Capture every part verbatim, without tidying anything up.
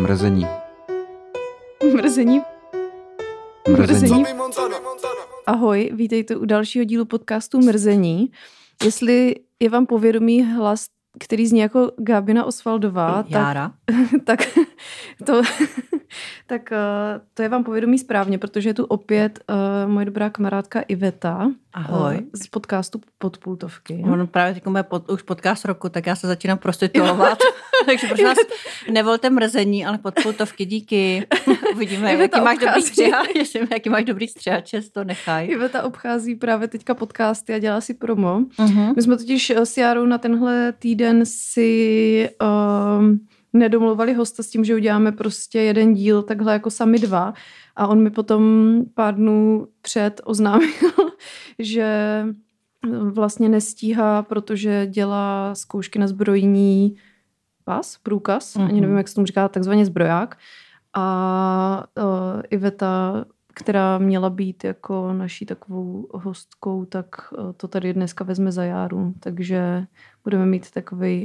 Mrzení. Mrzení. Mrzení. Mrzení. Ahoj, vítejte u dalšího dílu podcastu Mrzení. Jestli je vám povědomý hlas, který zní jako Gábina Osvaldová, Jára. tak, tak, to, tak to je vám povědomí správně, protože je tu opět uh, moje dobrá kamarádka Iveta. Ahoj. Uh, z podcastu Podpultovky. On právě teď bude pod, už podcast roku, tak já se začínám prostituovat. Takže prosím vás, nevolte Mrzení, ale Podpultovky, díky. Uvidíme, jaký máš, dobrý střiha, jaký máš dobrý střihače, to nechaj. Iveta obchází právě teďka podcasty a dělá si promo. Uh-huh. My jsme totiž s Járou na tenhle týden si um, nedomluvali hosta s tím, že uděláme prostě jeden díl takhle jako sami dva. A on mi potom pár dnů před oznámil, že vlastně nestíhá, protože dělá zkoušky na zbrojní pas, průkaz, uh-huh. ani nevím, jak se tomu říká, takzvaně zbroják. A uh, Iveta, která měla být jako naší takovou hostkou, tak uh, to tady dneska vezme za Járu, takže budeme mít takovej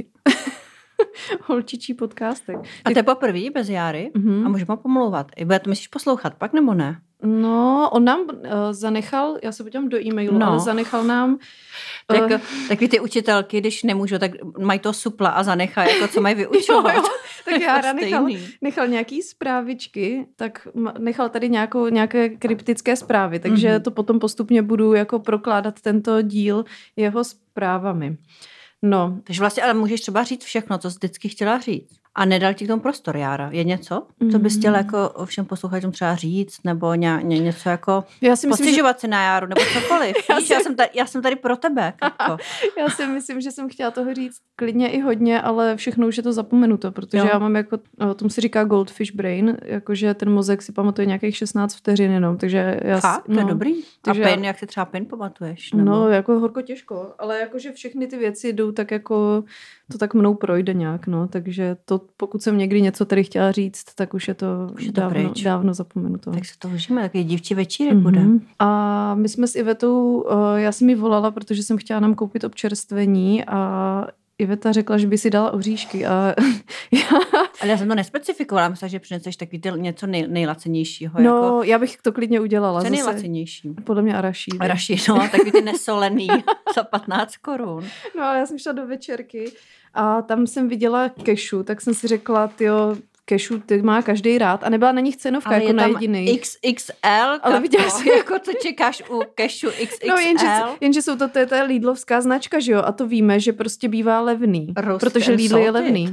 holčičí podcastek. A to je poprvé bez Járy? Uh-huh. A můžeme ho pomlouvat. I bude to myslíš poslouchat, pak nebo ne? No, on nám uh, zanechal, já se podívám do e-mailu, no. ale zanechal nám... Uh, tak, takový ty učitelky, když nemůžou, tak mají to supla a zanechají, jako co mají vyučovat. jo, jo. Tak Jára nechal, nechal nějaký zprávičky, tak nechal tady nějakou, nějaké kryptické zprávy, takže mm-hmm. to potom postupně budu jako prokládat tento díl jeho zprávami. No. Takže vlastně ale můžeš třeba říct všechno, co jsi vždycky chtěla říct. A nedal ti k tomu prostor, Jára. Je něco, co bys chtěla jako všem posluchačům třeba říct, nebo ně, ně, něco jako postěžovat že... si na Járu, nebo cokoliv. já, Víš, si... já, jsem tady, já jsem tady pro tebe. Jako. Já si myslím, že jsem chtěla toho říct klidně i hodně, ale všechno už je to zapomenuto, protože jo. já mám jako, tomu se říká goldfish brain, jakože ten mozek si pamatuje nějakých šestnáct vteřin jenom, takže já... Fakt? No, to je dobrý. Takže a pen, já... jak si třeba pen pamatuješ? Nebo... No, jako horko těžko, ale jakože všechny ty věci jdou tak jako, to tak mnou projde nějak, no, takže to, pokud jsem někdy něco tady chtěla říct, tak už je to, už je to dávno, dávno zapomenuto. Tak se to užijeme, takový dívčí večírek mm-hmm. bude. A my jsme s Ivetou, já jsem jí volala, protože jsem chtěla nám koupit občerstvení a Iveta řekla, že by si dala oříšky. A já... Ale já jsem to nespecifikovala, myslím, že přineseš takový něco nej, nejlacenějšího. No, jako... já bych to klidně udělala. Co je nejlacenější? Podle mě araší. Araší, no, takový ty nesolený za patnáct korun. No, ale já jsem šla do večerky a tam jsem viděla kešu, tak jsem si řekla, tyjo, kešu ty má každý rád a nebyla na nich cenovka ale jako na jediný. X X L, ale viděla jsem jako co čekáš u kešu X X L. No jenže, jenže jsou to, to je ta Lidlovská značka, že jo, a to víme, že prostě bývá levný, Roast protože Lidl je levný.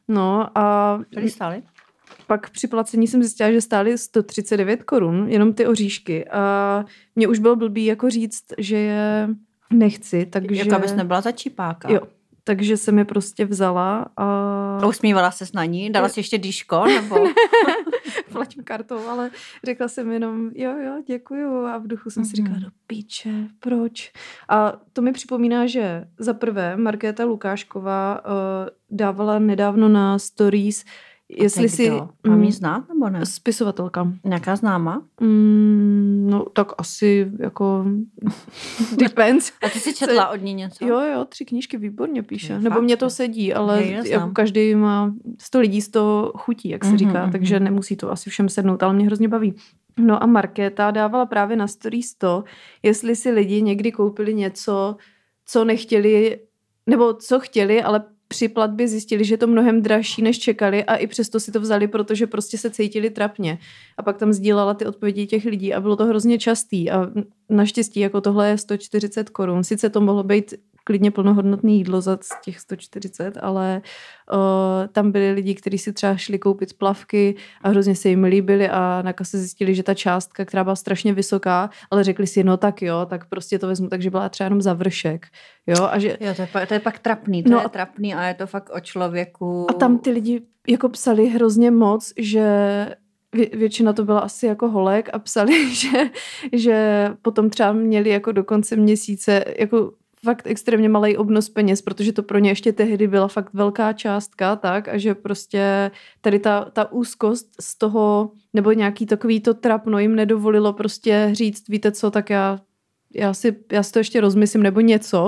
No a kolik stály? Pak při placení jsem zjistila, že stály sto třicet devět korun, jenom ty oříšky a mě už bylo blbý jako říct, že je nechci, takže... Jako abys nebyla za čipáka. Jo. Takže jsem je prostě vzala a... A usmívala ses na ní? Dala jsi ještě dýško? Nebo... Platím kartou, ale řekla jsem jenom jo, jo, děkuju a v duchu jsem mm-hmm. si říkala, do píče, proč? A to mi připomíná, že za prvé Markéta Lukášková uh, dávala nedávno na stories, jestli si... Mám jí znát, nebo ne? Spisovatelka. Nějaká známa? Mm, no, tak asi jako depends. A ty jsi četla od ní něco? Jo, jo, tři knížky výborně píše. Je, nebo fakt? mě to sedí, ale je, jako každý má sto lidí, sto chutí, jak se mm-hmm, říká, takže nemusí to asi všem sednout, ale mě hrozně baví. No a Markéta dávala právě na stories to, jestli si lidi někdy koupili něco, co nechtěli, nebo co chtěli, ale při platbě zjistili, že je to mnohem dražší, než čekali a i přesto si to vzali, protože prostě se cítili trapně. A pak tam sdílala ty odpovědi těch lidí a bylo to hrozně častý a naštěstí jako tohle je sto čtyřicet korun. Sice to mohlo být klidně plnohodnotné jídlo za těch sto čtyřicet, ale uh, tam byli lidi, kteří si třeba šli koupit plavky a hrozně se jim líbily a na kase zjistili, že ta částka, která byla strašně vysoká, ale řekli si, no tak jo, tak prostě to vezmu, takže byla třeba jenom za vršek. Jo, a že... jo to, je pak, to je pak trapný, to no, je trapný a je to fakt o člověku. A tam ty lidi jako psali hrozně moc, že Vě- většina to byla asi jako holek a psali, že, že potom třeba měli jako do konce měsíce jako fakt extrémně malej obnos peněz, protože to pro ně ještě tehdy byla fakt velká částka, tak, a že prostě tady ta, ta úzkost z toho, nebo nějaký takový to trapno jim nedovolilo prostě říct, víte co, tak já, já, si, já si to ještě rozmyslím, nebo něco,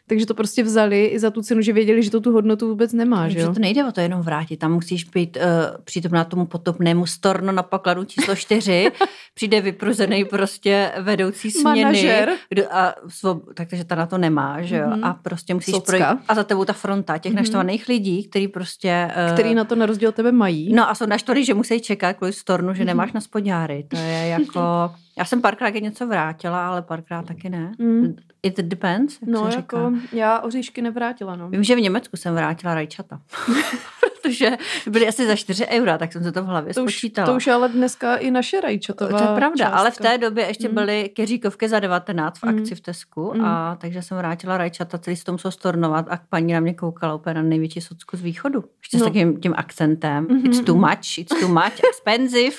takže to prostě vzali i za tu cenu, že věděli, že to tu hodnotu vůbec nemá, že jo? To nejde o to jenom vrátit, tam musíš být uh, přítomná tomu potopnému storno na pokladu číslo čtyři, přijde vypruzený prostě vedoucí směny. Manažer. Kdo, a svob, takže ta na to nemá, že jo? Mm-hmm. A prostě musíš Socka. projít. A za tebou ta fronta těch mm-hmm. naštvaných lidí, který prostě... Uh, který na to na rozdíl od tebe mají. No a jsou naštvaný, že musí čekat kvůli stornu, že mm-hmm. nemáš na spodňáry. To je jako... Já jsem párkrát něco vrátila, ale párkrát taky ne. Mm. It depends, jak no, se jako říká. já oříšky nevrátila, no. Vím, že v Německu jsem vrátila rajčata. Protože byly asi za čtyři eura, tak jsem se to v hlavě to spočítala. Už, to už ale dneska i naše rajčatová To je pravda, částka. ale v té době ještě mm. byly keříkovky za devatenáct v akci mm. v Tesku mm. a takže jsem vrátila rajčata, celý se to musel stornovat a paní na mě koukala úplně na největší socku z východu. Ještě no. s takým tím akcentem. Mm-hmm. It's too much, it's too much, expensive.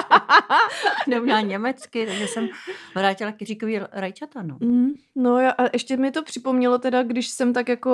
Neuměla německy, takže jsem vrátila keříkový rajčata, no. Mm. No a ještě mi to připomnělo teda, když jsem tak jako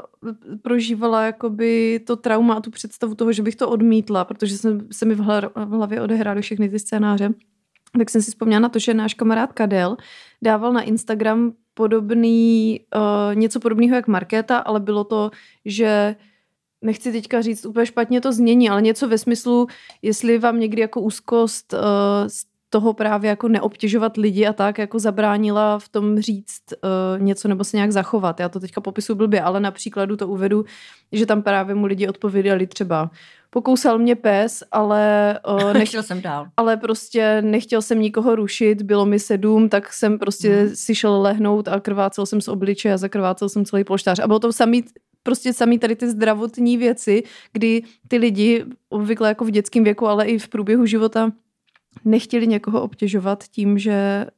prožívala jakoby to trauma a tu představu toho, že bych to odmítla, protože jsem, se mi v hlavě odehrály všechny ty scénáře, tak jsem si vzpomněla na to, že náš kamarád Kadel dával na Instagram podobný, uh, něco podobného jak Markéta, ale bylo to, že nechci teďka říct úplně špatně to znění, ale něco ve smyslu, jestli vám někdy jako úzkost uh, toho právě jako neobtěžovat lidi a tak jako zabránila v tom říct uh, něco nebo se nějak zachovat. Já to teďka popisuju blbě, ale na příkladu to uvedu, že tam právě mu lidi odpověděli třeba pokousal mě pes, ale uh, nechtěl jsem dál. Ale prostě nechtěl jsem nikoho rušit, bylo mi sedm, tak jsem prostě mm. si šel lehnout a krvácel jsem z obličeje a zakrvácel jsem celý polštář. A bylo to samý prostě samý tady ty zdravotní věci, kdy ty lidi obvykle jako v dětském věku, ale i v průběhu života nechtěli někoho obtěžovat tím, že,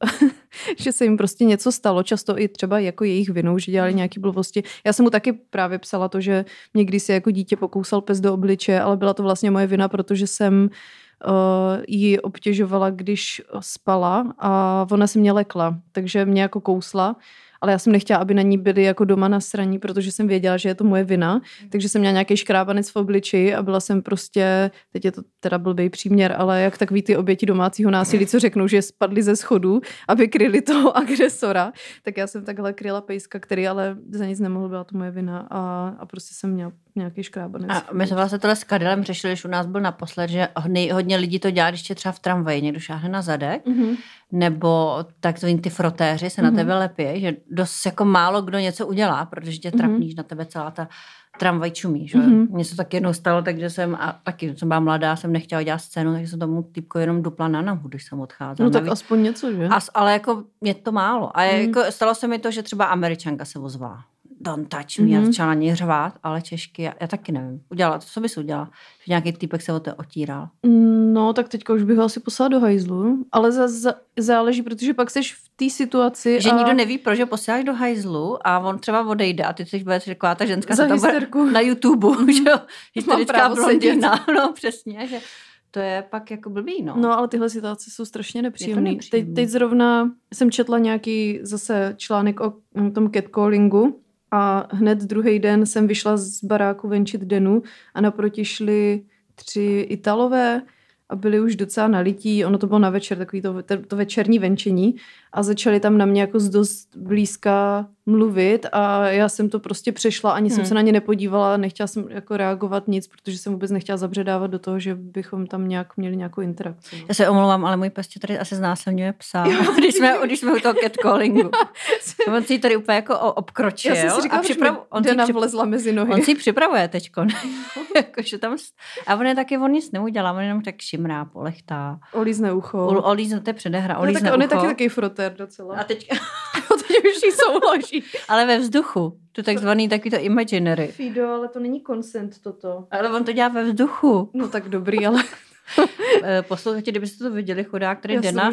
že se jim prostě něco stalo, často i třeba jako jejich vinou, že dělali nějaké blbosti. Já jsem mu taky právě psala to, že někdy si jako dítě pokousal pes do obličeje, ale byla to vlastně moje vina, protože jsem uh, ji obtěžovala, když spala a ona se mě lekla, takže mě jako kousla. Ale já jsem nechtěla, aby na ní byli jako doma nasraní, protože jsem věděla, že je to moje vina. Takže jsem měla nějaký škrábanec v obličeji a byla jsem prostě, teď je to teda blbej příměr, ale jak takový ty oběti domácího násilí, co řeknou, že spadli ze schodů, aby kryli toho agresora. Tak já jsem takhle kryla pejska, který ale za nic nemohl, byla to moje vina a, a prostě jsem měla nějaký škrábanec. A my jsme vlastně tohle s Kadilem řešili, že u nás byl naposled, že hodně, hodně lidí to dělá, když tě třeba v tramvaji někdo šáhne na zadek, mm-hmm. nebo takzvaní ty frotéři se mm-hmm. na tebe lepí, že dost jako málo kdo něco udělá, protože tě trapníš, mm-hmm. na tebe celá ta tramvaj čumí. Že? Mm-hmm. Mně se tak jednou stalo, takže jsem, a taky jsem byla mladá, jsem nechtěla dělat scénu, takže jsem tomu typko jenom dupla na nohu, když jsem odcházela. No tak Navíc, aspoň něco, že? As, ale jako je to málo. A mm-hmm. jako stalo se mi to, že třeba Američanka se ozvala. Don't touch me, mm-hmm. já začala na něj řvát, ale Češky, já, já taky nevím. Udělala to, co bys udělala? Že nějaký týpek se o to otíral. No, tak teďka už bych ho asi poslala do hajzlu, ale za, za, záleží, protože pak seš v té situaci. Že a... nikdo neví, proč ho posíláš do hajzlu a on třeba odejde a ty jsi budeš taková ta ženská za se hysterku. Na YouTube, že jo? Hysterická blondýna, no přesně, že to je pak jako blbý, no. No, ale tyhle situace jsou strašně nepříjemné. Teď, teď zrovna jsem četla nějaký zase článek o tom catcallingu, a hned druhý den jsem vyšla z baráku venčit Denu a naproti šli tři Italové a byli už docela nalití. Ono to bylo na večer, takový to, to večerní venčení a začali tam na mě jako z dost blízka mluvit a já jsem to prostě přešla, ani hmm. jsem se na ně nepodívala, nechtěla jsem jako reagovat nic, protože jsem vůbec nechtěla zabředávat do toho, že bychom tam nějak měli nějakou interakci. No. Já se omlouvám, ale můj pes tady asi znásilňuje psa, když jsme, když jsme u toho catcallingu. On si tady úplně jako obkročil. Já jsem si říkala, připrav... on Dena přip... vlezla mezi nohy. On si připravuje teďko. Jakože tam... A on je taky, on nic neudělá, on jenom tak šimrá, polechtá. Olízne ucho. O, olízne, to je předehra, olízne no, tak ucho. on je taky takový frotér docela. A teďka... teď už jí souloží. Ale ve vzduchu. To takzvaný takový to imaginary. Fido, ale to není consent toto. Ale on to dělá ve vzduchu. No tak dobrý, ale... Poslouchajte, kdybyste to viděli, chudák, který Dena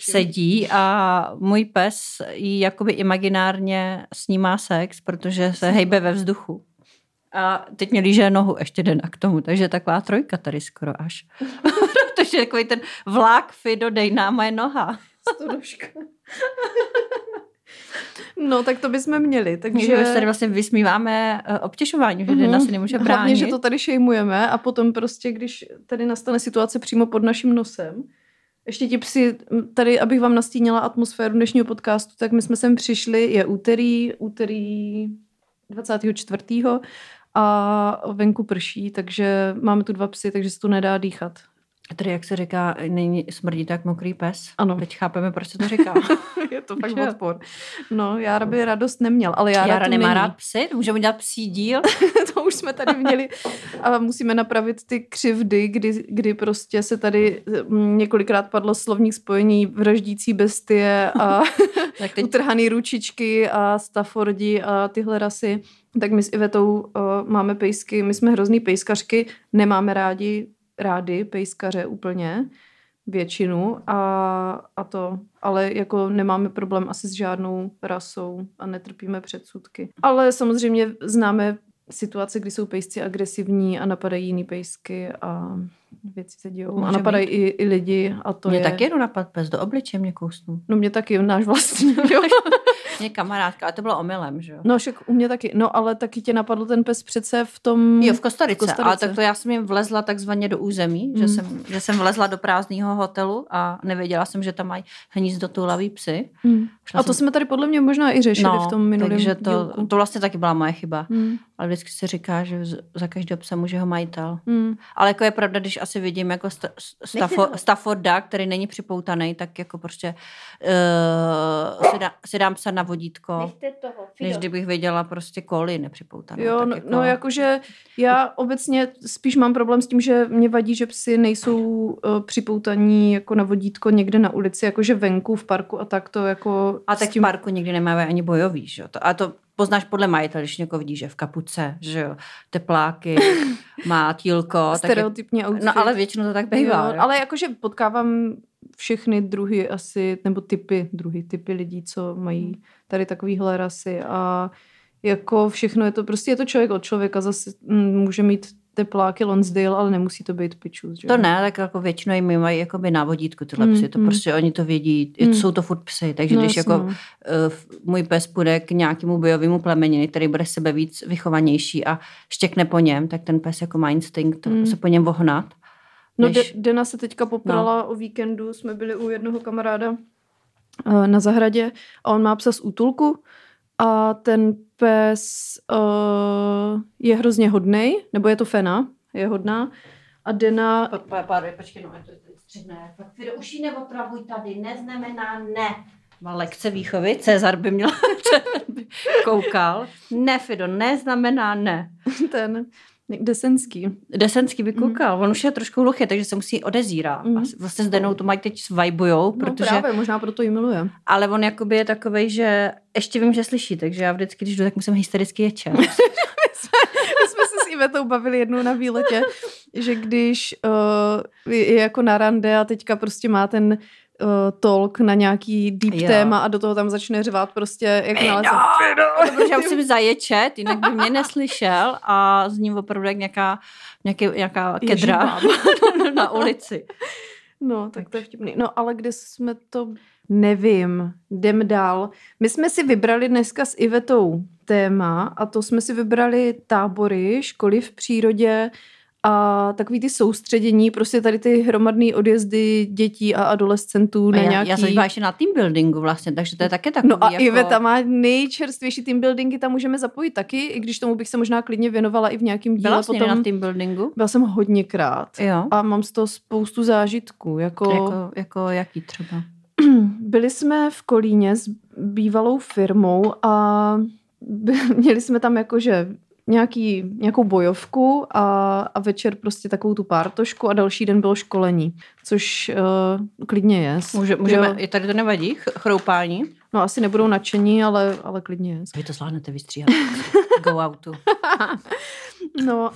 sedí a můj pes jí jakoby imaginárně snímá sex, protože se hejbe ve vzduchu. A teď mě líže nohu ještě Dena k tomu, takže taková trojka tady skoro až. Protože takový ten vlák Fido, dej nám moje noha. Stonožka. No, tak to bychom měli. Takže my se tady vlastně vysmíváme obtěžování, že Dena si nemůže bránit. Hlavně, že to tady šejmujeme a potom prostě, když tady nastane situace přímo pod naším nosem, Ještě ti psi, tady, abych vám nastínila atmosféru dnešního podcastu, tak my jsme sem přišli, je úterý, úterý dvacátého čtvrtého a venku prší, takže máme tu dva psy, takže se tu nedá dýchat. Tady, jak se říká, není smrdí tak mokrý pes. Ano. Teď chápeme, proč se to říká. Je to fakt odpor. No, Jára by radost neměl, ale Jára, Jára tu nemá není. rád psy? Můžeme dělat psí díl? To už jsme tady měli. A musíme napravit ty křivdy, kdy, kdy prostě se tady několikrát padlo slovník spojení vraždící bestie a tak teď... utrhaný ručičky a Staffordi a tyhle rasy. Tak my s Ivetou uh, máme pejsky, my jsme hrozný pejskařky, nemáme rádi rády pejskaře úplně, většinu a, a to, ale jako nemáme problém asi s žádnou rasou a netrpíme předsudky. Ale samozřejmě známe situace, kdy jsou pejsci agresivní a napadají jiný pejsky a věci se dějou. Může a napadají i, i lidi a to mě je... Mě taky jdu napad pes, do obliče mě kousnu. No mě taky, náš vlastní. Mě kamarádka, ale to bylo omylem, že jo? No však u mě taky, no ale taky tě napadl ten pes přece v tom... Jo, v Kostarice, v Kostarice. Ale tak to já jsem jim vlezla takzvaně do území, mm. že, jsem, že jsem vlezla do prázdného hotelu a nevěděla jsem, že tam mají hnízdo toulavý psy. Mm. A to jsem... jsme tady podle mě možná i řešili no, v tom minulém takže to, dílku. to vlastně taky byla moje chyba. Mm. Ale vždycky se říká, že za každého psa může ho majitel. Mm. Ale jako je pravda, když asi vidím jako sta, Stafford, Stafforda, který není připoutaný, tak jako prostě uh, si, dá, si dám psa na vodítko. Toho, než kdybych věděla prostě koli nepřipoutanou. Jo, tak no, jako... no jakože já obecně spíš mám problém s tím, že mě vadí, že psy nejsou uh, připoutaní jako na vodítko někde na ulici, jakože venku v parku a tak to jako... A tak tím... v parku nikdy nemáme ani bojový, že jo? A to poznáš podle majitele, když někoho vidí, že v kapuce, že jo, tepláky, má tílko. Stereotypně tak je... No ale většinou to tak bývá. Jo, ale jakože potkávám všechny druhy asi, nebo typy, druhy, typy lidí, co mají tady takovýhle rasy a jako všechno je to, prostě je to člověk od člověka, zase m, může mít tepláky Lonsdale, ale nemusí to být pičus. Že? To ne, tak jako většinou jim mají jakoby na vodítku tyhle mm, psy, to mm. prostě oni to vědí, mm. jsou to furt psy, takže no, když jasný. jako uh, můj pes půjde k nějakému bojovému plemeni, který bude sebe víc vychovanější a štěkne po něm, tak ten pes jako má instinkt mm. se po něm vohnat. No než... Dena se teďka poprala no. o víkendu, jsme byli u jednoho kamaráda uh, na zahradě a on má psa z útulku a ten pes uh, je hrozně hodnej, nebo je to Fena, je hodná a Dena... Pár, počkej, no, to je středné. Fido, už ji neotravuj tady, neznamená ne. Má lekce výchovy, Cezar by měl, koukal. Ne, Fido, neznamená ne. Ten... Desenský. Desenský by koukal. Mm. On už je trošku hluchý, takže se musí odezírat. Mm. A vlastně s Denou to mají teď svajbujou, protože... No právě, možná proto jí miluje. Ale on jakoby je takovej, že ještě vím, že slyší, takže já vždycky, když jdu, tak musím hystericky ječet. My jsme se s Ivetou bavili jednou na výletě, že když uh, je jako na rande a teďka prostě má ten uh, talk na nějaký deep jo. téma a do toho tam začne řvát prostě jak nalezat. No, protože já musím zaječet, jinak by mě neslyšel a s ním opravdu jak nějaká, nějaký, nějaká kedra na ulici. No, tak to je vtipný. No, ale kde jsme to... Nevím, jdem dál. My jsme si vybrali dneska s Ivetou téma a to jsme si vybrali tábory, školy v přírodě a takový ty soustředění, prostě tady ty hromadné odjezdy dětí a adolescentů na já, nějaký... Já jsem byla ještě na team buildingu vlastně, takže to je taky takový No a jako... Iveta má nejčerstvější team buildingy, tam můžeme zapojit taky, i když tomu bych se možná klidně věnovala i v nějakém díle. Byla jsi potom... na team buildingu? Byla jsem hodněkrát jo. a mám z toho spoustu zážitků. Jako, jako, jako jaký třeba? Byli jsme v Kolíně s bývalou firmou a měli jsme tam jakože nějaký, nějakou bojovku a, a večer prostě takovou tu pártošku a další den bylo školení, což uh, klidně je. Může, můžeme, je tady to nevadí? Chroupání? No asi nebudou nadšení, ale, ale klidně je. Vy to zvládnete vystříhat. Go outu. No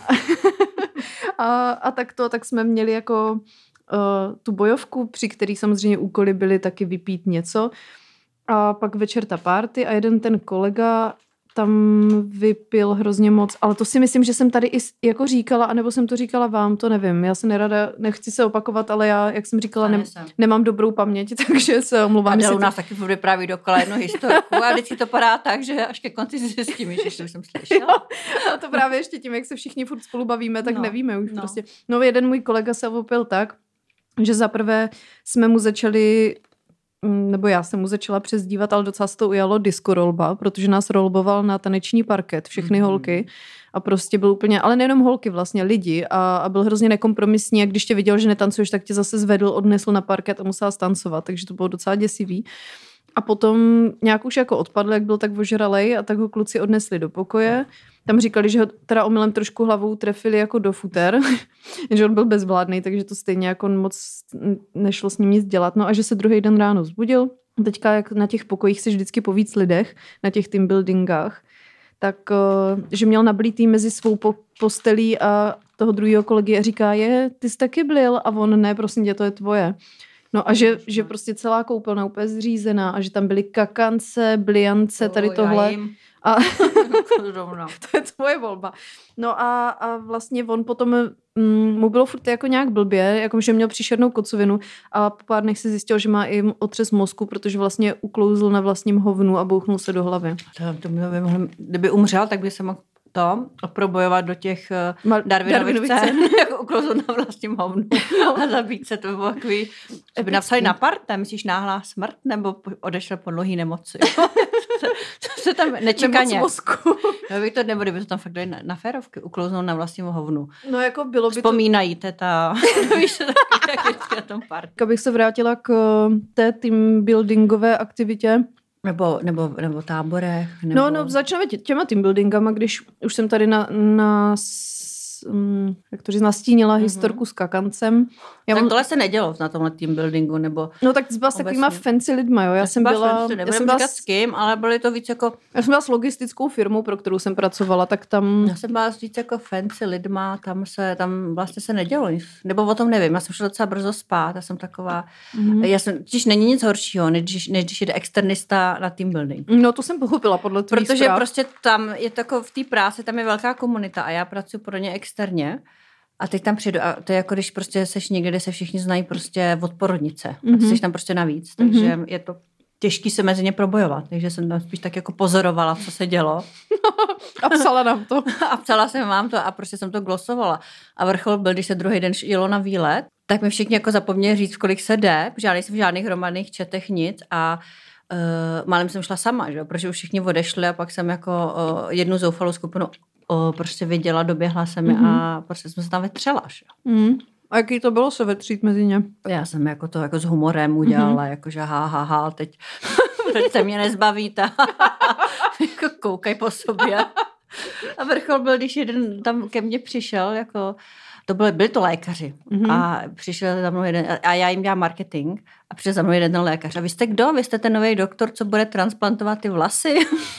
a, a tak to, tak jsme měli jako uh, tu bojovku, při který samozřejmě úkoly byly taky vypít něco a pak večer ta party a jeden ten kolega tam vypil hrozně moc, ale to si myslím, že jsem tady i jako říkala, anebo jsem to říkala vám, to nevím. Já se nerada, nechci se opakovat, ale já, jak jsem říkala, ne, nemám dobrou paměť, takže se omluvám. A u nás taky furt vypráví dokola jednu historku a vždycky to padá tak, že až ke konci si s tím, že jsem slyšela. A to právě ještě tím, jak se všichni furt spolu bavíme, tak no, nevíme už no. prostě. No jeden můj kolega se opil tak, že zaprvé jsme mu začali, nebo já jsem mu začala přezdívat, ale docela se to ujalo disco rolba, protože nás rolboval na taneční parket, všechny mm-hmm. holky a prostě byl úplně, ale nejenom holky vlastně, lidi a, a byl hrozně nekompromisní a když tě viděl, že netancuješ, tak tě zase zvedl, odnesl na parket a musela stancovat, takže to bylo docela děsivý. A potom nějak už jako odpadl, jak byl tak ožralej a tak ho kluci odnesli do pokoje. Tam říkali, že ho teda omylem trošku hlavou trefili jako do futer, že on byl bezvládnej, takže to stejně jako moc nešlo s ním nic dělat. No a že se druhý den ráno vzbudil. Teďka jak na těch pokojích seš vždycky po víc lidech, na těch team buildingách, tak že měl nablítý mezi svou postelí a toho druhého kolegy a říká, je, ty jsi taky blil a on ne, prosím tě, to je tvoje. No a že, že prostě celá koupelna úplně zřízená a že tam byly kakance, bliance, tady oh, tohle. A to je tvoje volba. No a, a vlastně on potom mm, mu bylo furt jako nějak blbě, jako že měl příšernou kocovinu a po pár dnech si zjistil, že má i otřes mozku, protože vlastně uklouzl na vlastním hovnu a bouchnul se do hlavy. To, to by mohl, kdyby umřel, tak by se mohl to probojovat do těch uh, Darwinových cen, jako uklouzl na vlastním hovnu a zabít se. To by bylo takový, že by napsali na parte, myslíš náhlá smrt, nebo odešel po dlouhý nemoci. To se tam nečekaně. Nemoc mozku. Já bych to, nebo kdyby to tam fakt dali na, na férovky, uklouznout na vlastním hovnu. No jako bylo by Vzpomínají to... teta, víš, to taky, jak na tom parku. Abych se vrátila k té team buildingové aktivitě, Nebo, nebo, nebo táborech. Nebo... No, no, začneme tě, těma teambuildingama, když už jsem tady na, na um, jak to říct, nastínila mm-hmm. historku s kakancem. Já tak mám... tohle se nedělo na tomhle teambuildingu, nebo... No tak byla s takovýma fancy lidma, jo. Já, já jsem byla... Fancy, já jsem byla s... s kým, ale byly to víc jako... Já jsem byla s logistickou firmou, pro kterou jsem pracovala, tak tam... Já jsem byla víc jako fancy lidma, tam se, tam vlastně se nedělo nic. Nebo o tom nevím, já jsem šla docela brzo spát, já jsem taková... Mm-hmm. Já jsem, když není nic horšího, než, než když jde externista na teambuilding. No to jsem pochopila podle tvých Protože zpráv. prostě tam je tako v té práci, tam je velká komunita a já pracuji pro ně externě. A teď tam přijdu a to je jako když prostě seš někde, kde se všichni znají prostě od porodnice. Mm-hmm. A ty seš tam prostě navíc, takže mm-hmm. je to těžký se mezi ně probojovat. Takže jsem tam spíš tak jako pozorovala, co se dělo. A psala nám to. A psala jsem vám to a prostě jsem to glosovala. A vrchol byl, když se druhý den jelo na výlet, tak mi všichni jako zapomněli říct, kolik se jde, protože já nejsem v žádných hromadných četech nic a uh, málem jsem šla sama, že? Protože už všichni odešli a pak jsem jako uh, jednu zoufalou skupinu O, prostě viděla, doběhla jsem mm-hmm. a prostě jsme se tam vetřela. Mm. A jaký to bylo se vetřít mezi ně? Já jsem jako to jako s humorem udělala, mm-hmm. jakože ha, ha, ha, teď, teď se mě nezbavíte. Jako koukaj po sobě. A vrchol byl, když jeden tam ke mně přišel, jako to byly, byli to lékaři mm-hmm. a přišel za mnou jeden, a já jim dělám marketing a přišel za mnou jeden ten lékař. A vy jste kdo? Vy jste ten nový doktor, co bude transplantovat ty vlasy?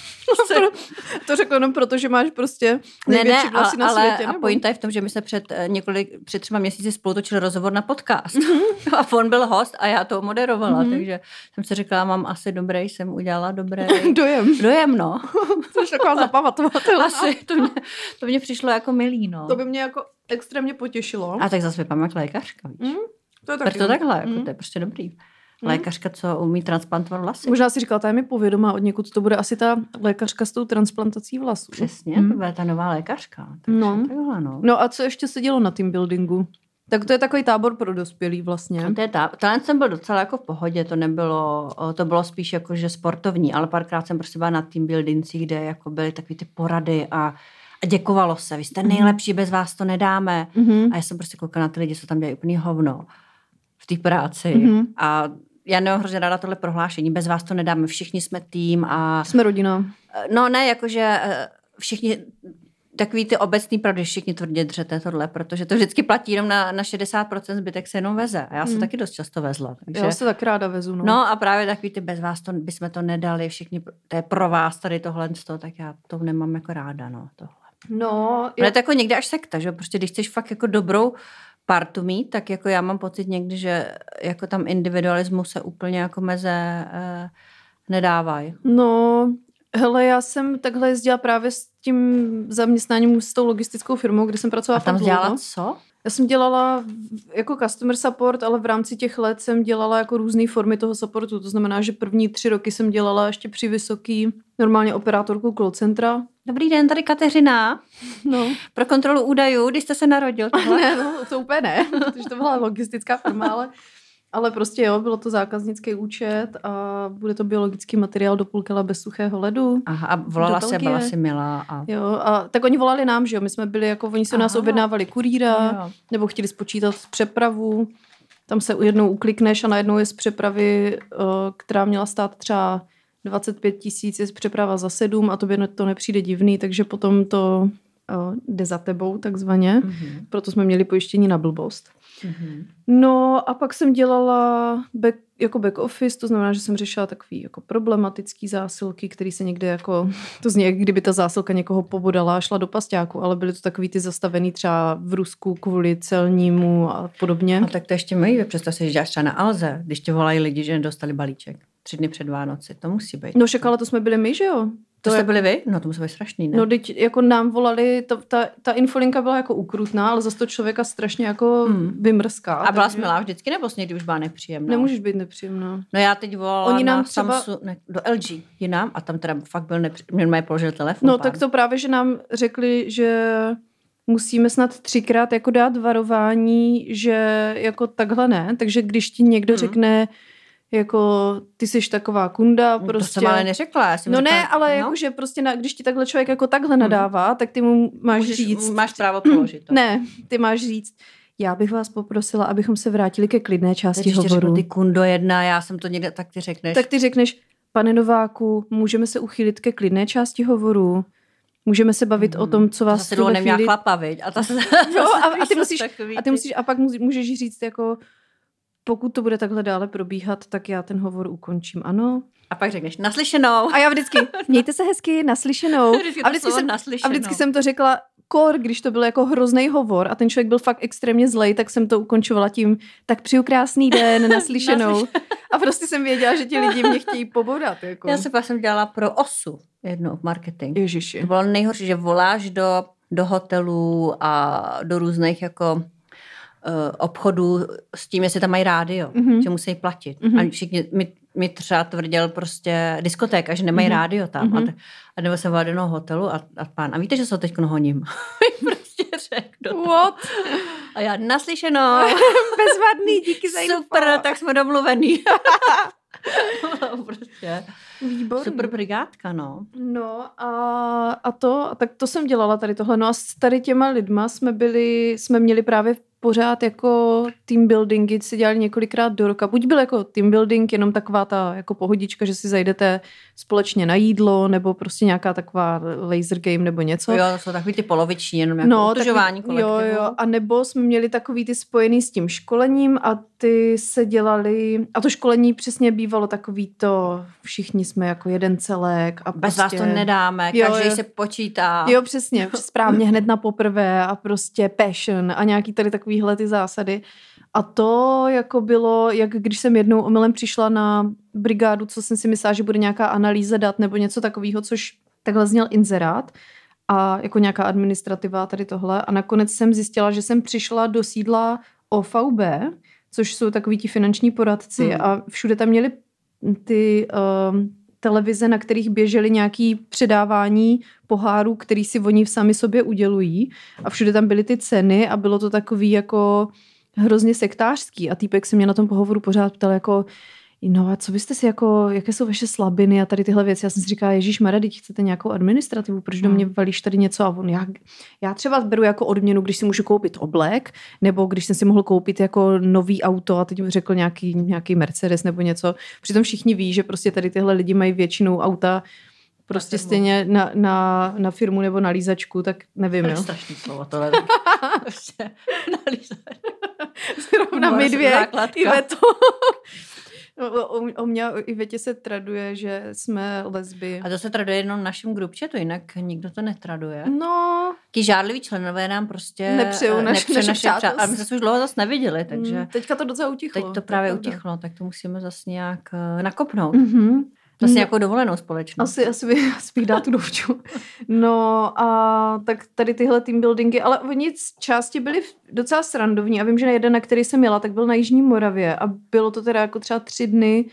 To řekl jenom proto, že máš prostě největší vlasy na ale, světě. A pointa je v tom, že my jsme před několik, před třema měsíci spolu točili rozhovor na podcast. Mm-hmm. A on byl host a já to moderovala, mm-hmm. takže jsem si řekla, mám asi dobrý, jsem udělala dobré dojem. Dojem, no. Což taková zapamatovatelná. Asi, to mě, to mě přišlo jako milý, no. To by mě jako extrémně potěšilo. A tak zase vypadám jak lékařka, víš. Mm, to je taky. To takhle, jako, mm. to je prostě dobrý. Lékařka, co umí transplantovat vlasy. Možná si říkala, ta je mi povědomá od někud, to bude asi ta lékařka s tou transplantací vlasů. Přesně, hmm. to bude ta nová lékařka. Takže no. Takhle, no. no a co ještě se dělo na team buildingu? Tak to je takový tábor pro dospělý vlastně. To je tá... Talent jsem byl docela jako v pohodě, to nebylo, to bylo spíš jako, že sportovní, ale párkrát jsem prostě byla na team buildingcích, kde jako byly takový ty porady a a děkovalo se, vy jste nejlepší, bez vás to nedáme. Mm-hmm. A já jsem prostě koukala na ty lidi, co tam dělají úplný hovno v té práci. Mm-hmm. A já nemám hrozně ráda tohle prohlášení, bez vás to nedáme, všichni jsme tým a... Jsme rodina. No ne, jakože všichni, takový ty obecný pravdy, všichni tvrdě dřete tohle, protože to vždycky platí jenom na, na šedesát procent, zbytek se jenom veze. A já se mm. taky dost často vezla. Takže... Já se tak ráda vezu. No. no a právě takový ty bez vás to, bychom to nedali, všichni, to je pro vás tady tohle, tak já to nemám jako ráda, no, tohle. No, je to jako někde až sekta, že prostě když chceš fakt jako dobrou partu mít, tak jako já mám pocit někdy, že jako tam individualismu se úplně jako meze eh, nedávají. No, hele, já jsem takhle jezdila právě s tím zaměstnáním s tou logistickou firmou, kde jsem pracovala. A tam dělala co? Já jsem dělala jako customer support, ale v rámci těch let jsem dělala jako různé formy toho supportu. To znamená, že první tři roky jsem dělala ještě při vysoký normálně operátorku call centra. Dobrý den, tady Kateřina. No. Pro kontrolu údajů, když jste se narodil. Ne, no, to úplně ne, protože to byla logistická firma, ale, ale prostě jo, bylo to zákaznický účet a bude to biologický materiál do půl kila bez suchého ledu. Aha, a volala se, byla si milá. A... Jo, a tak oni volali nám, že jo, my jsme byli jako, oni se nás objednávali kurýra, jo. Nebo chtěli spočítat přepravu. Tam se jednou uklikneš a najednou je z přepravy, která měla stát třeba dvacet pět tisíc, je z přeprava za sedm a tobě to nepřijde divný, takže potom to o, jde za tebou takzvaně. Mm-hmm. Proto jsme měli pojištění na blbost. Mm-hmm. No a pak jsem dělala back, jako back office, to znamená, že jsem řešila takový jako problematický zásilky, který se někde jako, to zní, jak kdyby ta zásilka někoho pobodala a šla do pasťáku, ale byly to takový ty zastavený třeba v Rusku kvůli celnímu a podobně. A tak to ještě mají, představ si, že děláš třeba na Alze, když tě volají lidi, že nedostali balíček. Tři dny před Vánoci, to musí být. No však, ale to jsme byli my, že jo? To, to jste byli vy? No to musí být strašný, ne? No teď jako nám volali, to, ta, ta infolinka byla jako ukrutná, ale zase to člověka strašně jako hmm. vymrská. A byla jsi milá vždycky, nebo jsi někdy už byla nepříjemná? Nemůžeš být nepříjemná. No já teď volala Oni nám na třeba... Samsung, ne, do L G jinam a tam teda fakt byl nepříjemný, mě položil telefon. No pán. Tak to právě, že nám řekli, že musíme snad třikrát jako dát varování, že jako takhle ne, takže když ti někdo hmm. řekne jako ty jsi taková kunda, prostě. To jsem ale neřekla. Já jsem no řekla, ne, ale no. Jakože prostě, na, když ti takhle člověk jako takhle nadává, hmm. tak ty mu máš Můžeš, říct. Máš právo položit to. Ne, ty máš říct, já bych vás poprosila, abychom se vrátili ke klidné části Teď hovoru. Řeknu, ty kundo jedna, já jsem to někde, tak ty řekneš. Tak ty řekneš, pane Nováku, můžeme se uchýlit ke klidné části hovoru. Můžeme se bavit hmm. o tom, co vás zase dlouho neměla chlapa, viď? A, ta se, no, a, a ty musíš, a ty musíš, a pak můžeš říct jako pokud to bude takhle dále probíhat, tak já ten hovor ukončím, ano. A pak řekneš naslyšenou. A já vždycky, mějte se hezky, naslyšenou. A vždycky, jsem, a vždycky jsem to řekla kor, když to byl jako hrozný hovor a ten člověk byl fakt extrémně zlej, tak jsem to ukončovala tím, tak přeju krásný den, naslyšenou. A prostě jsem věděla, že ti lidi mě chtějí pobodat. Jako. Já se pak jsem dělala pro Osu jednou v marketing. Ježiši. To bylo nejhorší, že voláš do, do hotelů a do různých jako obchodů s tím, jestli tam mají rádio, mm-hmm. že musí platit. Mm-hmm. A všichni mi, mi třeba tvrdil prostě diskotéka, že nemají mm-hmm. rádio tam. Mm-hmm. A, t- a nebo jsem volala do jednoho hotelu a, a pán, a víte, že se ho teď honím? prostě řekl. What? A já naslyšenou. Bezvadný, díky za info. Super, tak jsme domluvený. prostě. Výborný. Super brigádka, no. No a, a to, tak to jsem dělala tady tohle. No a s tady těma lidma jsme byli, jsme měli právě pořád jako team buildingy, si dělali několikrát do roka. Buď byl jako team building, jenom taková ta jako pohodička, že si zajdete společně na jídlo, nebo prostě nějaká taková laser game nebo něco. Jo, to jsou takový ty poloviční, jenom jako no, udržování kolektivu. Jo, jo, a nebo jsme měli takový ty spojený s tím školením a ty se dělali, a to školení přesně bývalo takový to, všichni jsme jako jeden celek. A bez prostě, vás to nedáme, každý se počítá. Jo, přesně, správně hned na poprvé a prostě passion a nějaký tady takovýhle ty zásady. A to jako bylo, jak když jsem jednou omylem přišla na brigádu, co jsem si myslela, že bude nějaká analýza dat nebo něco takového, což takhle zněl inzerát a jako nějaká administrativa tady tohle. A nakonec jsem zjistila, že jsem přišla do sídla O V B, což jsou takový ti finanční poradci hmm. a všude tam měli ty um, televize, na kterých běžely nějaký předávání pohárů, který si oni sami sobě udělují a všude tam byly ty ceny a bylo to takový jako hrozně sektářský a týpek se mě na tom pohovoru pořád ptal jako no a co byste si jako, jaké jsou vaše slabiny a tady tyhle věci. Já jsem si říkala, ježišmarja, teď chcete nějakou administrativu, proč do mě valíš tady něco a on, já, já třeba beru jako odměnu, když si můžu koupit oblek, nebo když jsem si mohl koupit jako nový auto a teď mi řekl nějaký, nějaký Mercedes nebo něco. Přitom všichni ví, že prostě tady tyhle lidi mají většinou auta prostě na stejně na, na, na firmu nebo na lízačku, tak nevím, jo. Strašný slovo tohle. Prostě na lízačku. Zrovna my dvě, Iveto. O, o, o mě i Větě se traduje, že jsme lesby. A to se traduje jenom v našem grupčetu, jinak nikdo to netraduje. No. Ti žádliví členové nám prostě nepřejou naš, naše, naše přátelství. A my jsme se už dlouho zase neviděli, takže... Mm, teďka to docela utichlo. Teď to právě to utichlo, tak to musíme zase nějak uh, nakopnout. Mm-hmm. To si nějakou dovolenou společnou. Asi, asi, by, asi bych dala tu dovču. No a tak tady tyhle team buildingy, ale oni z části byly docela srandovní a vím, že jeden, na který jsem jela, tak byl na Jižní Moravě a bylo to teda jako třeba tři dny,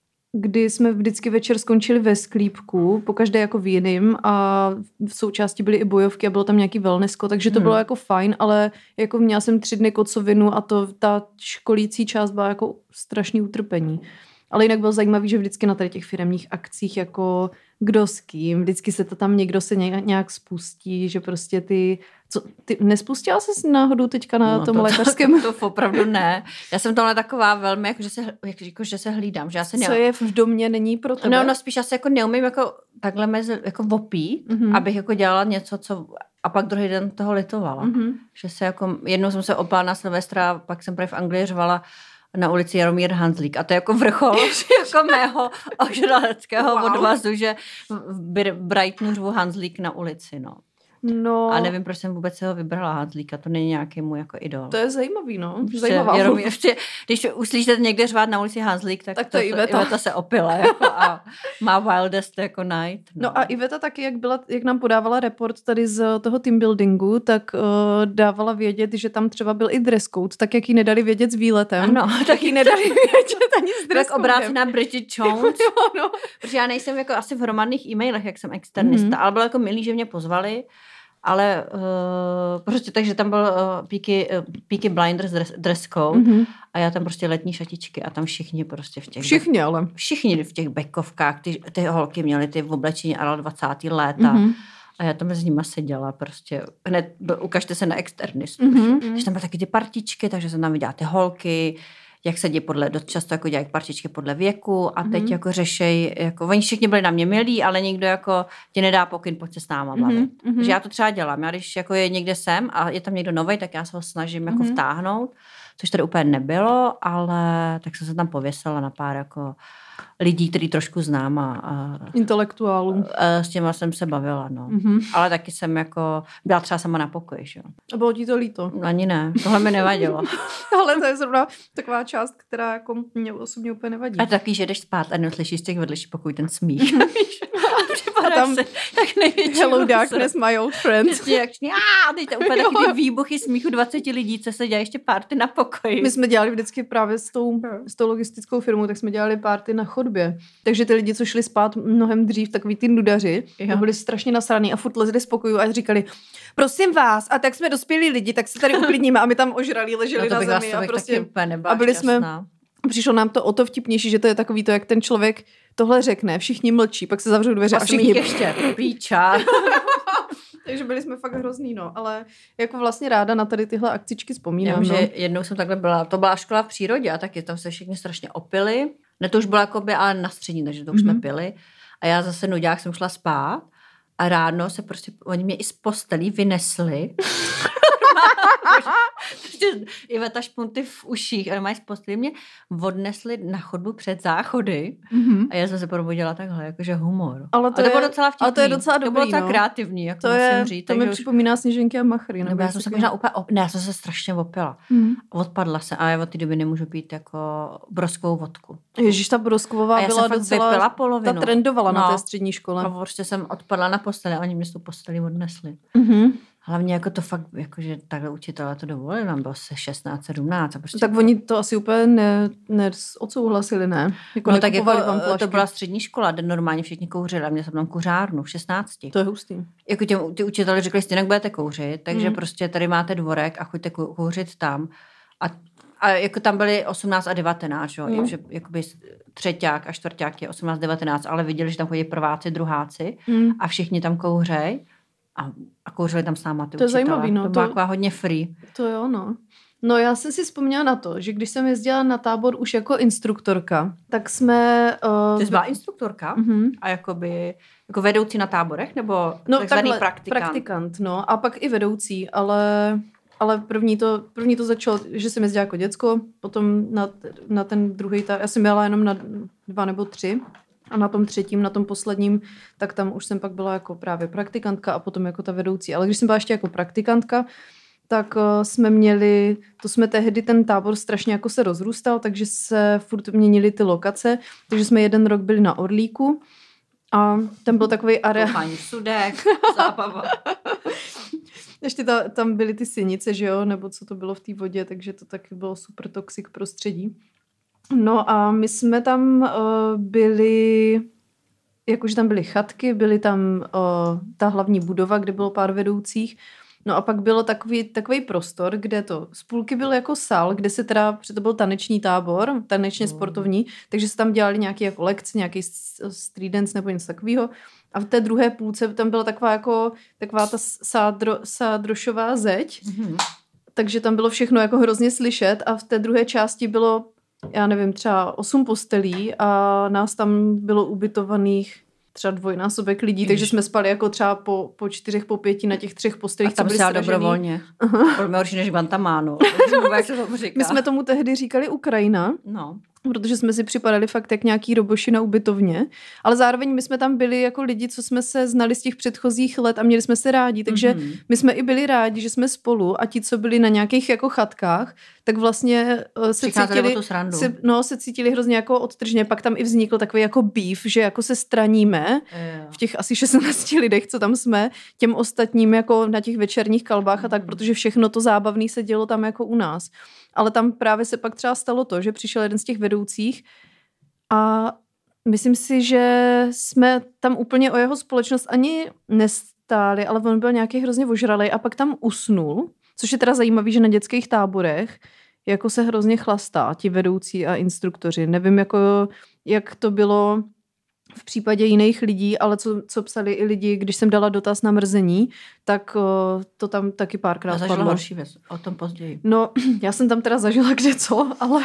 kdy jsme vždycky večer skončili ve sklípku, pokaždé jako v jiným a v součásti byly i bojovky a bylo tam nějaký wellnessko, takže to hmm. bylo jako fajn, ale jako měla jsem tři dny kocovinu a to ta školící část byla jako strašný utrpení. Ale jinak bylo zajímavý, že vždycky na tady těch firemních akcích jako kdo s kým, vždycky se to tam někdo se nějak spustí, že prostě ty, co, ty nespustila ses náhodou teďka na no tom to, lékařském? To, to opravdu ne. Já jsem tohle taková velmi, jako že se, jako, že se hlídám. Že já se co ne... je v domě, není pro tebe? No, no spíš já se jako neumím jako takhle mezi, jako opít, mm-hmm. abych jako dělala něco, co a pak druhý den toho litovala. Mm-hmm. Že se jako, jednou jsem se opala na Silvestra, pak jsem právě v Anglii řvala na ulici Jaromír Hanzlík. A to je jako vrchol jako mého ožraleckého wow. odvazu, že v Brightonu řvu Hanzlík na ulici, no. No. A nevím, proč jsem vůbec se ho vybrala Hanzlíka, to není nějaký můj jako idol. To je zajímavý, no. Zajímavá. Jaromír, ještě, když uslyšíte někde řvát na ulici Hanzlík, tak, tak to, to Iveta. Iveta se opila jako, a má wildest jako night. No. no a Iveta taky, jak, byla, jak nám podávala report tady z toho team buildingu, tak uh, dávala vědět, že tam třeba byl i dress code, tak jak jí nedali vědět s výletem. Ano, tak jí nedali vědět ani s dress codem. Tak obrácená Bridget Jones. no, no. Protože já nejsem jako asi v hromadných e-mailech, jak jsem externista, mm-hmm. ale bylo jako milý, že mě pozvali. Ale uh, prostě takže tam byl uh, Peaky, uh, Peaky Blinders dress, dress code mm-hmm. a já tam prostě letní šatičky a tam všichni prostě v těch... Všichni ale. Všichni v těch bekovkách, ty, ty holky měly ty v oblečení ale dvacátá léta mm-hmm. a já tam s nima seděla prostě. Hned ukažte se na externistu. Mm-hmm. Takže tam byly taky ty partičky, takže jsem tam viděla ty holky, jak sedí podle, dost často jako dělají partičky podle věku a teď mm-hmm. jako řešej, jako oni všichni byli na mě milí, ale nikdo jako ti nedá pokyn, pojď se s náma bavit. Mm-hmm. Takže já to třeba dělám. Já když jako je někde sem a je tam někdo novej, tak já se ho snažím jako mm-hmm. vtáhnout, což tady úplně nebylo, ale tak jsem se tam pověsila na pár jako lidí, který trošku znám a, a intelektuálů. A s těma jsem se bavila, no. Mm-hmm. Ale taky jsem jako byla třeba sama na pokoji, že jo. A bylo ti to líto? Ani ne, tohle mi nevadilo. Ale to je zrovna taková část, která jako mě osobně úplně nevadí. A taky, že jdeš spát a neslyšíš z těch vedlejších pokojů ten smích. A tam se, tak největší hello darkness, my old friend. Jakční, a teď to úplně taky ty výbuchy smíchu dvacet lidí, co se dělají ještě party na pokoji. My jsme dělali vždycky právě s tou, s tou logistickou firmou, tak jsme dělali party na chodbě. Takže ty lidi, co šli spát mnohem dřív, takový ty nudaři, byli strašně nasraný a furt lezli z pokoju a říkali, prosím vás, a tak jsme dospělí lidi, tak se tady uklidníme a my tam ožralí leželi no na zemi a prostě a byli jsme, přišlo nám to o to vtipnější, že to je takový to, jak ten člověk tohle řekne, všichni mlčí, pak se zavřou dveře a, a všichni ještě píča. Takže byli jsme fakt hrozný, no, ale jako vlastně ráda na tady tyhle akcičky vzpomínám. Já, no. že jednou jsem takhle byla, to byla škola v přírodě a taky tam se všichni strašně opili. Ne, to už bylo jakoby, ale na střední, takže to už mm-hmm. jsme pili. A já zase nuďák jsem šla spát a ráno se prostě, oni mě i z postelí vynesli. Iveta špunty v uších a mají z postelí mě odnesli na chodbu před záchody mm-hmm. a já jsem se probudila takhle, jakože humor. Ale to, to je, bylo docela vtipný. Ale to je docela dobrý, to bylo docela no. kreativní, jako to je, říct. To mi už... připomíná Sněženky a Machry. Nebo já jsem se možná úplně, op... ne, já jsem se strašně opila. Mm. Odpadla se a já od té doby nemůžu pít jako broskovou vodku. Ježíš, ta broskovová byla docela, ta trendovala no. na té střední škole. A prostě jsem odpadla na posteli a oni mě s tou postelí odnesli. Mhm. Hlavně jako to fakt, jakože takhle učitelé to dovolili, nám bylo se šestnáct, sedmnáct. A prostě... Tak oni to asi úplně ne, ne odsouhlasili, ne? Jako no tak jako to byla střední škola, kde normálně všichni kouřili a měl jsem tam kuřárnu v šestnácti. To je hustý. Jako těm, ty učitelé řekli, že jinak budete kouřit, takže mm. prostě tady máte dvorek a choďte kouřit tam. A, a jako tam byli osmnáct a devatenáct, jo? Mm. Že jakoby třeťák a čtvrťák je osmnáct devatenáct, ale viděli, že tam chodí prváci, druháci mm. a všichni tam kouřej. A, a kouřili tam s náma ty to učitelé. Je zajímavý, no. To byla taková hodně free. To jo, no. No já jsem si vzpomněla na to, že když jsem jezdila na tábor už jako instruktorka, tak jsme... Uh, Ty jsi byla instruktorka? Uh-huh. A jakoby, jako vedoucí na táborech? Nebo no, takzvaný takhle, praktikant? praktikant, no. A pak i vedoucí, ale... Ale první to, první to začalo, že jsem jezdila jako děcko, potom na, na ten druhý, ta, já jsem jela jenom na dva nebo tři a na tom třetím, na tom posledním, tak tam už jsem pak byla jako právě praktikantka a potom jako ta vedoucí. Ale když jsem byla ještě jako praktikantka, tak uh, jsme měli, to jsme tehdy, ten tábor strašně jako se rozrůstal, takže se furt měnily ty lokace, takže jsme jeden rok byli na Orlíku a tam byl takový areál. Koupání v sudech, zábava. Ještě ta, tam byly ty sinice, že jo, nebo co to bylo v té vodě, takže to taky bylo super toxic prostředí. No a my jsme tam uh, byli, jakože tam byly chatky, byly tam uh, ta hlavní budova, kde bylo pár vedoucích. No a pak bylo takový, takový prostor, kde to z půlky byl jako sál, kde se teda, protože to byl taneční tábor, tanečně sportovní, takže se tam dělali nějaké jako lekce, nějaký street dance nebo něco takového. A v té druhé půlce tam byla taková jako, taková ta sádro, sádrošová zeď, mm-hmm. takže tam bylo všechno jako hrozně slyšet a v té druhé části bylo, já nevím, třeba osm postelí a nás tam bylo ubytovaných třeba dvojnásobek lidí, Jež. takže jsme spali jako třeba po, po čtyřech, po pěti na těch třech postelích. A tam se dobrovolně. Bylo horší než Guantanamo. My jsme tomu tehdy říkali Ukrajina, no. protože jsme si připadali fakt jak nějaký roboši na ubytovně, ale zároveň my jsme tam byli jako lidi, co jsme se znali z těch předchozích let a měli jsme se rádi, takže mm-hmm. my jsme i byli rádi, že jsme spolu a ti, co byli na nějakých jako chatkách, tak vlastně uh, se cítili, se, no, se cítili hrozně jako odtržně, pak tam i vznikl takový jako beef, že jako se straníme yeah. v těch asi šestnácti lidech, co tam jsme, těm ostatním jako na těch večerních kalbách mm-hmm. a tak, protože všechno to zábavné se dělo tam jako u nás. Ale tam právě se pak třeba stalo to, že přišel jeden z těch vedoucích a myslím si, že jsme tam úplně o jeho společnost ani nestáli, ale on byl nějaký hrozně ožralej a pak tam usnul, což je teda zajímavý, že na dětských táborech jako se hrozně chlastá ti vedoucí a instruktoři. Nevím, jako, jak to bylo v případě jiných lidí, ale co, co psali i lidi, když jsem dala dotaz na mrzení, tak uh, to tam taky párkrát padlo. A zažila horší věc, o tom později. No, já jsem tam teda zažila kde co, ale,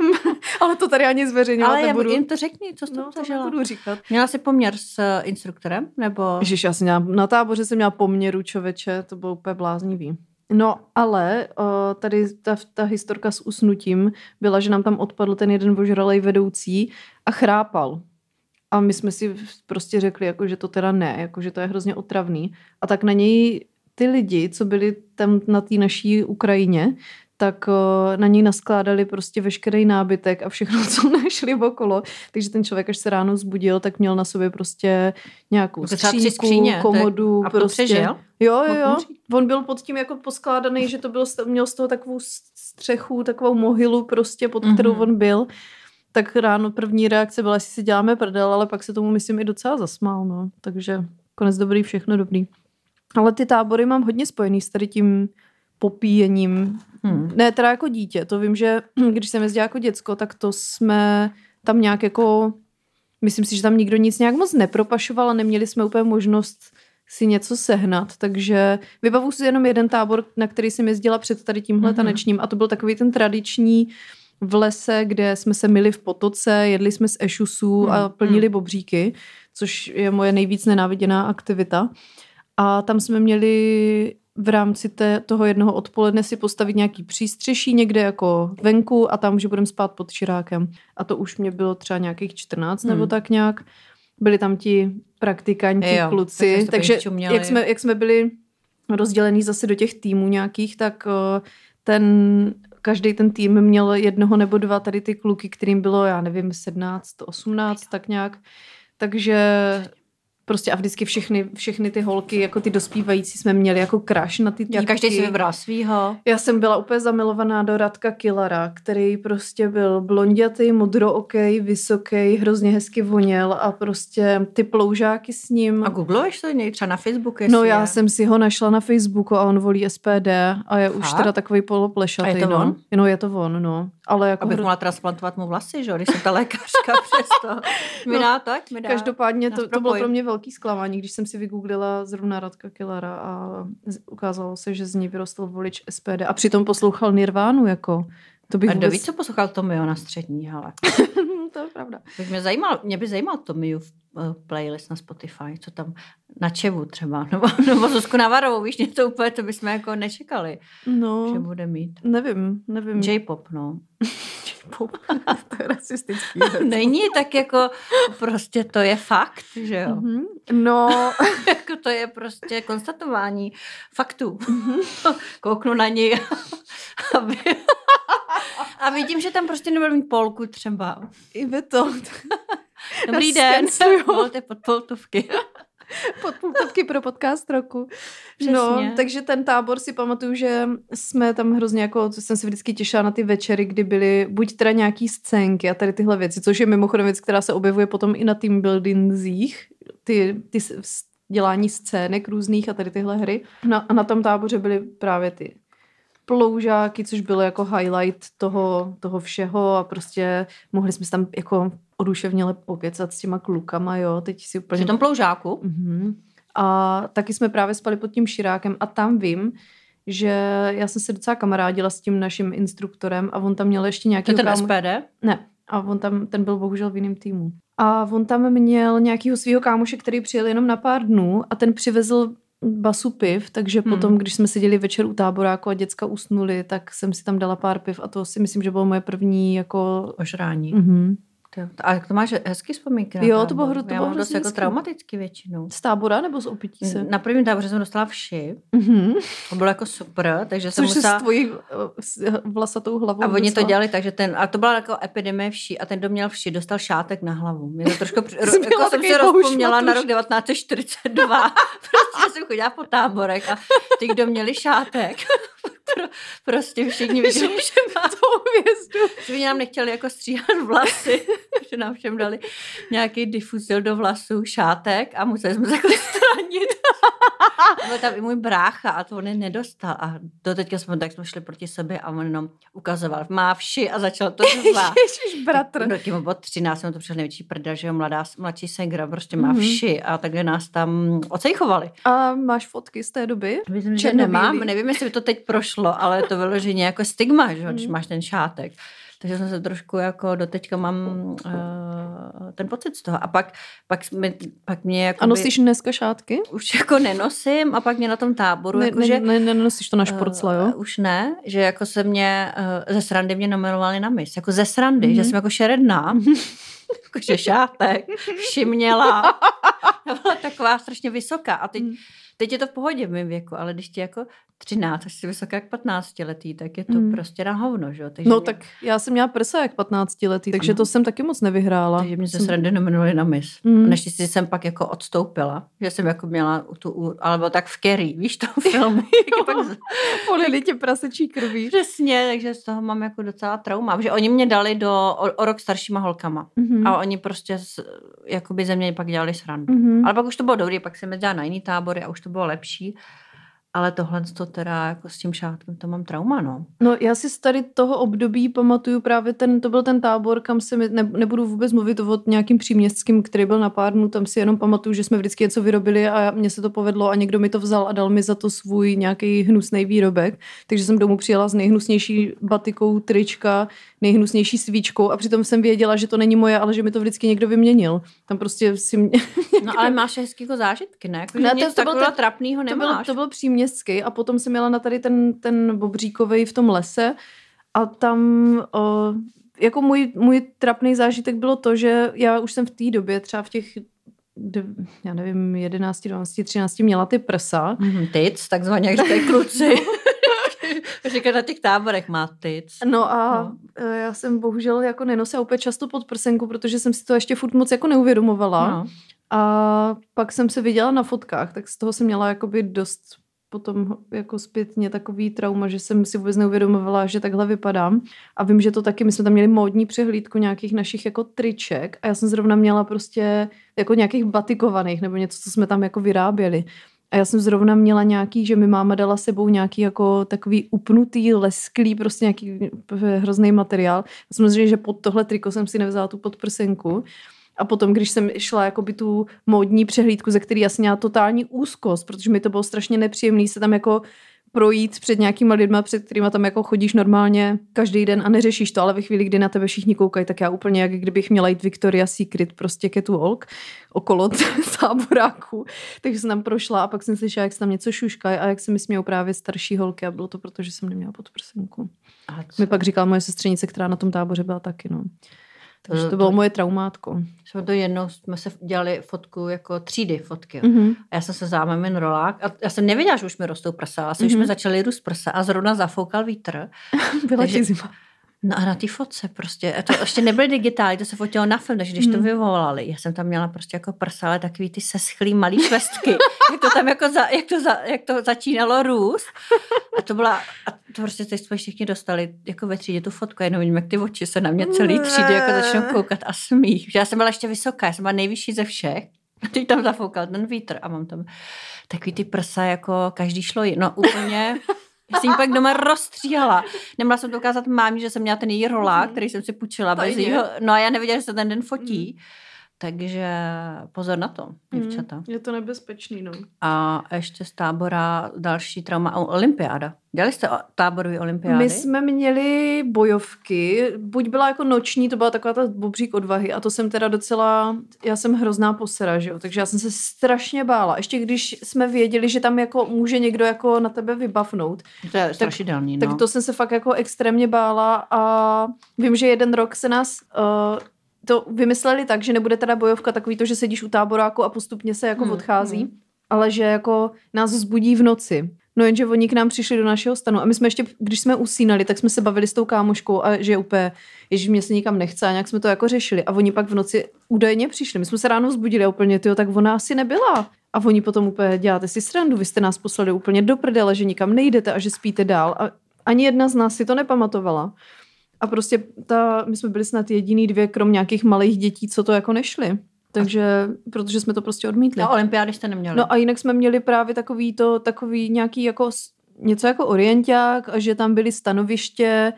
ale to tady ani zveřejňovat ale nebudu. Ale jim to řekni, co jsi no, tam zažila. To nebudu říkat. Měla jsi poměr s instruktorem? Nebo... Ježiš, já jsem měla, na táboře jsem měla poměru, čověče, to bylo úplně bláznivý. No, ale uh, tady ta, ta historka s usnutím byla, že nám tam odpadl ten jeden ožralej vedoucí a chrápal. A my jsme si prostě řekli, jako, že to teda ne, jako, že to je hrozně otravný. A tak na něj ty lidi, co byli tam na té naší Ukrajině, tak uh, na něj naskládali prostě veškerý nábytek a všechno, co našli okolo. Takže ten člověk, až se ráno zbudil, tak měl na sobě prostě nějakou skříňku, komodu. A prostě. Přežil? Jo, jo, jo. On byl pod tím jako poskládaný, že to bylo, měl z toho takovou střechu, takovou mohylu prostě, pod kterou mm-hmm. on byl. Tak ráno první reakce byla, jestli si děláme prdel, ale pak se tomu myslím i docela zasmál, no. Takže konec dobrý, všechno dobrý. Ale ty tábory mám hodně spojený s tady tím popíjením. Hmm. Ne, teda jako dítě. To vím, že když jsem jezdila jako děcko, tak to jsme tam nějak jako, myslím si, že tam nikdo nic nějak moc nepropašoval a neměli jsme úplně možnost si něco sehnat, takže vybavuji si jenom jeden tábor, na který jsem jezdila před tady tímhle hmm. tanečním a to byl takový ten tradiční v lese, kde jsme se myli v potoce, jedli jsme z ešusů a plnili bobříky, což je moje nejvíc nenáviděná aktivita. A tam jsme měli v rámci té, toho jednoho odpoledne si postavit nějaký přístřeší někde jako venku a tam, že budeme spát pod čirákem. A to už mě bylo třeba nějakých čtrnáct hmm. nebo tak nějak. Byli tam ti praktikanti, jo, kluci, takže jak jsme, jak jsme byli rozdělení zase do těch týmů nějakých, tak ten každý ten tým měl jednoho nebo dva tady ty kluky, kterým bylo, já nevím, sedmnáct, osmnáct, tak nějak. Takže prostě a vždycky všechny, všechny ty holky, jako ty dospívající, jsme měli jako crush na ty týpky. Já každý si vybral svýho. Já jsem byla úplně zamilovaná do Radka Killara, který prostě byl blondětý, modrookej, vysoký, hrozně hezky voněl a prostě ty ploužáky s ním. A googluješ to něj třeba na Facebooku? No já je? jsem si ho našla na Facebooku a on volí S P D a je a? už teda takový poloplešatý. A je to no. on? No je to on, no. Ale jako abych hro... mohla transplantovat mu vlasy, že? Když jsem ta lékařka přesto. Mi dá tak, mi dá. Každopádně to, to bylo pro mě velký zklamání, když jsem si vygooglila zrovna Radka Killara a ukázalo se, že z ní vyrostl volič S P D a přitom poslouchal Nirvánu, jako. To bych a kdo vůbec... ví, co poslouchal Tomio na střední, ale. To je pravda. Tak mě, zajímal, mě by zajímal Tomiův uh, playlist na Spotify, co tam na Čevu třeba, nebo, nebo Zuzku Navarovou, víš, něco úplně, to bychom jako nečekali, no, že bude mít. Nevím, nevím. J-pop, no. To je rasistický. Není, tak jako prostě to je fakt, že jo? Mm-hmm. No. Jako to je prostě konstatování faktů. Mm-hmm. Kouknu na něj aby... a vidím, že tam prostě nebudu mít polku třeba. I vy to. Dobrý den. Volte podpoltovky. Podpůltovky pro podcast roku. Přesně. No, takže ten tábor si pamatuju, že jsme tam hrozně jako, co jsem se vždycky těšila na ty večery, kdy byly buď teda nějaký scénky a tady tyhle věci, což je mimochodem věc, která se objevuje potom i na team buildingsích, ty, ty dělání scének různých a tady tyhle hry. No, a na tom táboře byly právě ty ploužáky, což bylo jako highlight toho, toho všeho a prostě mohli jsme se tam jako oduševněle pokecat s těma klukama, jo, teď si úplně... Při tom ploužáku? Uh-huh. A taky jsme právě spali pod tím širákem a tam vím, že já jsem se docela kamarádila s tím naším instruktorem a on tam měl ještě nějaký... To ten kámo... S P D? Ne, a on tam, ten byl bohužel v jiném týmu. A on tam měl nějakýho svého kámoše, který přijel jenom na pár dnů a ten přivezl basu piv, takže hmm. potom, když jsme seděli večer u táboráku a děcka usnuli, tak jsem si tam dala pár piv a to si myslím, že bylo moje první jako... ožrání. Mhm. A to máš hezký vzpomínky na Jo, tábor. to bylo, to Já bylo mám dost jako traumatický většinou. Z tábora nebo z opití se? Na prvním táboře jsem dostala vši. Mm-hmm. To bylo jako super, takže Což jsem musela... s tvojí vlasatou hlavou. A oni musela... to dělali, takže ten... A to byla jako epidemie vší a ten, kdo měl vši, dostal šátek na hlavu. Mě to trošku... jako jsem si rozpomněla na rok devatenáct set čtyřicet dva. Prostě jsem chodila po táborech a ty, kdo měli šátek... Pro, prostě všichni viděli, že má tou hvězdu. Že nám nechtěli jako stříhat vlasy, že nám všem dali nějaký difuzil do vlasů, šátek a museli jsme se jako stranit. Byl tam i můj brácha a to on je nedostal. A do teďka jsme, tak jsme šli proti sobě a on jenom ukazoval, má vši a začal to řvát. Ježiš, bratr. No tím bylo třináct, jsem to přišel největší prdel, že jo, mladá, mladší segra prostě má vši a takhle nás tam ocejchovali. A máš fotky z té doby? Myslím, že nemám, nevím, jestli by to teď prošlo, ale to vyloženě jako stigma, že, když máš ten šátek. Takže jsem se trošku jako doteďka mám uh, ten pocit z toho. A pak, pak, mě, pak mě jako... A nosíš dneska šátky? Už jako nenosím a pak mě na tom táboru... Ne, jako, ne, že, ne, nenosíš to na šporcla, jo? Uh, už ne, že jako se mě uh, ze srandy mě nominovali na mis. Jako ze srandy, mm-hmm. že jsem jako šeredná. Jakože šátek, všimněla. Já byla taková strašně vysoká. A teď, teď je to v pohodě v mém věku, ale když ti jako třináct, až jsi vysoká jak patnáctiletý, tak je to mm. prostě na hovno, že jo? No mě... tak já jsem měla prsa jak patnáctiletý, takže to jsem taky moc nevyhrála. Takže mě ze srandy nominovali na mis. Mm. Naštěstí jsem pak jako odstoupila, že jsem jako měla tu, ale bylo tak v Carrie, víš, toho filmu. pak polili tě prasečí krví. Přesně, takže z toho mám jako docela trauma. Že oni mě dali do, o, o rok staršíma holkama. Mm-hmm. A oni prostě z, jakoby ze mě pak dělali srandu. Mm-hmm. Ale pak už to bylo dobrý, pak jsem jezdila na jiný tábory a už to bylo lepší. Ale tohle to teda jako s tím šátkem, to mám trauma, no. No já si z tady toho období pamatuju právě ten, to byl ten tábor, kam se mi, ne, nebudu vůbec mluvit o nějakým příměstským, který byl na pár dnů, tam si jenom pamatuju, že jsme vždycky něco vyrobili a mně se to povedlo a někdo mi to vzal a dal mi za to svůj nějaký hnusný výrobek, takže jsem domů přijela s nejhnusnější batikou trička, nejhnusnější svíčkou a přitom jsem věděla, že to není moje, ale že mi to vždycky někdo vyměnil. Tam prostě si mě... No ale máš hezký jako zážitky, ne? Jako, že ne, nic to, to takového ten, trapnýho nemáš. To byl, to byl příměstský a potom jsem jela na tady ten, ten bobříkovej v tom lese a tam o, jako můj, můj trapný zážitek bylo to, že já už jsem v té době třeba v těch já nevím, jedenáct, dvanáct, třináct měla ty prsa. Mm, tyc, takzvaně, jak říkají kluci. Říkají na těch táborech má tyc. No a no. já jsem bohužel jako nenosila úplně často podprsenku, protože jsem si to ještě furt moc jako neuvědomovala. No. A pak jsem se viděla na fotkách, tak z toho jsem měla jakoby dost potom jako zpětně takový trauma, že jsem si vůbec neuvědomovala, že takhle vypadám. A vím, že to taky, my jsme tam měli módní přehlídku nějakých našich jako triček a já jsem zrovna měla prostě jako nějakých batikovaných nebo něco, co jsme tam jako vyráběli. A já jsem zrovna měla nějaký, že mi máma dala sebou nějaký jako takový upnutý, lesklý, prostě nějaký hrozný materiál. Samozřejmě, že pod tohle triko jsem si nevzala tu podprsenku. A potom, když jsem šla jakoby tu módní přehlídku, ze který já jsem měla totální úzkost, protože mi to bylo strašně nepříjemný se tam jako projít před nějakýma lidma, před kterýma tam jako chodíš normálně každý den a neřešíš to, ale ve chvíli, kdy na tebe všichni koukají, tak já úplně, jak kdybych měla jít Victoria's Secret, prostě catwalk okolo táboráku. Takže jsem tam prošla a pak jsem slyšela, jak se tam něco šuškají a jak se mi smějou právě starší holky a bylo to proto, že jsem neměla podprsenku. Mi pak říkala moje sestřenice, která na tom táboře byla taky, no. Takže to bylo to, moje traumátko. Jsme to jednou, jsme se dělali fotku jako třídy fotky. Mm-hmm. A já jsem se vzala mamin rolák a já jsem nevěděla, že už mi rostou prsa. A mm-hmm. už mi začaly růst prsa a zrovna zafoukal vítr. Byla ti zima. No a na té fotce prostě. A to ještě nebyly digitální, to se fotilo na film, takže když mm. to vyvolali, já jsem tam měla prostě jako prsa, ale takový ty seschlý malý švestky. jak to tam jako za, jak, to za, jak to začínalo růst. A to byla, a to prostě teď jsme všichni dostali jako ve třídě tu fotku, jenom vidím, jak ty oči se na mě celý třídy jako začnou koukat a smích. Já jsem byla ještě vysoká, já jsem byla nejvyšší ze všech. A teď tam zafoukal ten vítr a mám tam takový ty prsa, jako každý šlo, no úplně... Já jsem ji pak doma rozstříhala. Nemohla jsem to ukázat mámě, že jsem měla ten její rolák, který jsem si půjčila. Bez jeho, no a já nevěděla, že se ten den fotí. Mm. Takže pozor na to, děvčata. Mm, je to nebezpečný, no. A ještě z tábora další trauma olympiáda. Dělali jste táborové olympiády? My jsme měli bojovky. Buď byla jako noční, to byla taková ta bobřík odvahy a to jsem teda docela, já jsem hrozná posera, že jo, takže já jsem se strašně bála. Ještě když jsme věděli, že tam jako může někdo jako na tebe vybavnout. To je strašidelný, tak, no. Tak to jsem se fakt jako extrémně bála a vím, že jeden rok se nás... Uh, to vymysleli tak, že nebude teda bojovka takový to, že sedíš u táboráku a postupně se jako hmm, odchází, hmm. ale že jako nás vzbudí v noci. No jenže oni k nám přišli do našeho stanu a my jsme ještě, když jsme usínali, tak jsme se bavili s tou kámoškou a že úplně, ježiš, mě se nikam nechce a nějak jsme to jako řešili a oni pak v noci údajně přišli. My jsme se ráno vzbudili a úplně, tyjo, tak ona asi nebyla. A oni potom úplně, děláte si srandu, vy jste nás poslali úplně do prdele, že nikam nejdete a že spíte dál a ani jedna z nás si to nepamatovala. A prostě ta, my jsme byli snad jediný dvě, krom nějakých malých dětí, co to jako nešli. Takže, protože jsme to prostě odmítli. No, olympiády jste neměli. No a jinak jsme měli právě takový to, takový nějaký jako, něco jako orienták, a že tam byly stanoviště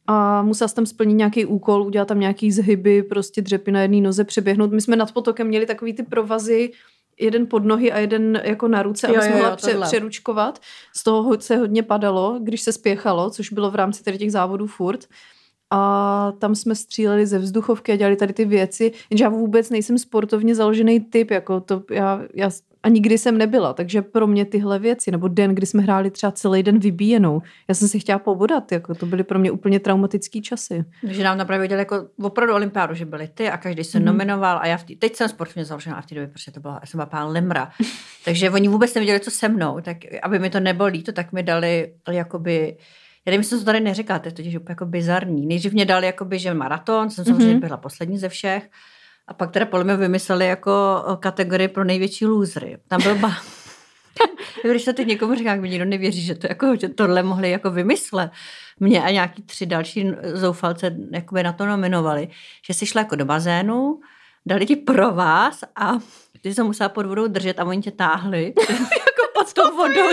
a musel jsem tam splnit nějaký úkol, udělat tam nějaký zhyby, prostě dřepy na jedné noze přeběhnout. My jsme nad potokem měli takový ty provazy, jeden pod nohy a jeden jako na ruce, aby jsme mohla pře- přeručkovat. Z toho se hodně padalo, když se spěchalo, což bylo v rámci tady těch závodů furt. A tam jsme stříleli ze vzduchovky a dělali tady ty věci, jenže já vůbec nejsem sportovně založený typ, jako to já, já a nikdy jsem nebyla, takže pro mě tyhle věci, nebo den, kdy jsme hráli třeba celý den vybíjenou, já jsem se chtěla pobodat, jako to byly pro mě úplně traumatický časy. Takže nám napravdu dělali jako opravdu olympiádu, že byli ty a každý se mm-hmm. nominoval a já v tý, teď jsem sportovně založená a v té době prostě to byla, já jsem byla pán lemra, takže oni vůbec nevěděli, co se mnou, tak aby mi to nebolí, to tak mi dali jakoby. Já nevím, jestli to tady neříkáte, to je úplně jako bizarní. Nejdřív mě dali, jakoby, že maraton, jsem samozřejmě byla poslední ze všech. A pak teda podle mě vymysleli jako kategorii pro největší lůzry. Tam byl ba... Když to teď někomu říkám, mi nikdo nevěří, že, to jako, že tohle mohli jako vymyslet. Mě a nějaký tři další zoufalce jakoby na to nominovali. Že si šla jako do bazénu, dali ti pro vás a ty se musela pod vodou držet a oni tě táhli. jako pod tou vodou.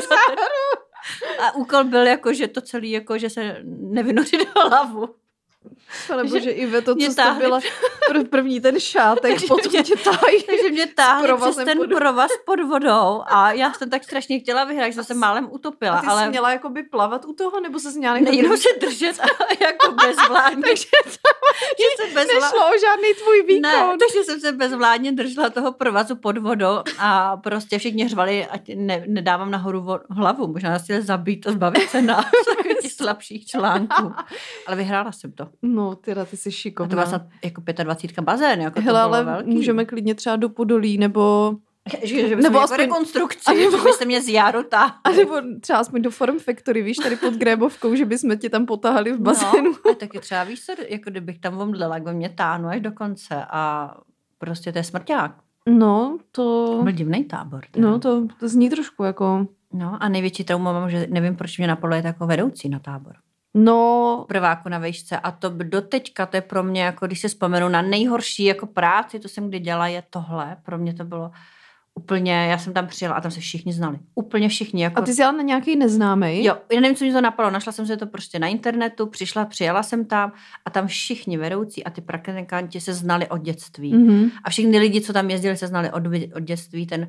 A úkol byl jako, že to celý, jako, že se nevynoří do hlavu. Ale bože, Ive, to, co jste byla pr- první ten šátek, potom tě táhli. Takže mě táhli přes ten pod... provaz pod vodou a já jsem tak strašně chtěla vyhrát, že jsem se málem utopila. A ty ale... jsi měla jakoby plavat u toho, nebo se měla nechat... Nejenom se držet a jako bezvládně. Takže to se bezvládně... nešlo o žádný tvůj výkon. Ne, takže jsem se bezvládně držela toho provazu pod vodou a prostě všichni řvali, ať ne, nedávám nahoru vo... hlavu. Možná nás chtěli zabít a zbavit se nás těch slabších článků. Ale vyhrála jsem to. No, teda ty jsi šikovná. A to byla snad jako dvacet pět bazén, jako hele, to bylo ale velký. Můžeme klidně třeba do Podolí, nebo... Že, že nebo aspoň rekonstrukci, nebo... že byste mě z Jaru táhli. A nebo třeba aspoň do Form Factory, víš, tady pod Grébovkou, že bychom tě tam potahali v bazénu. No, a taky třeba víš co, jako kdybych tam omdlela, jak by mě táhnu až do konce a prostě to je smrťák. No, to... To byl divnej tábor. Teda. No, to, to zní trošku jako... No a největší trauma mám, že nevím, proč mě napadlo je jako vedoucí na tábor. No, prváku na vejšce a to do teďka, to je pro mě, jako když se vzpomenu na nejhorší jako práci, to jsem kdy dělala, je tohle. Pro mě to bylo úplně, já jsem tam přijela a tam se všichni znali. Úplně všichni. Jako... A ty jsi jela na nějaký neznámej? Jo, já nevím, co mě to napadlo. Našla jsem se to prostě na internetu, přišla, přijela jsem tam a tam všichni vedoucí a ty praktikanti se znali od dětství. Mm-hmm. A všichni lidi, co tam jezdili, se znali od, od dětství. Ten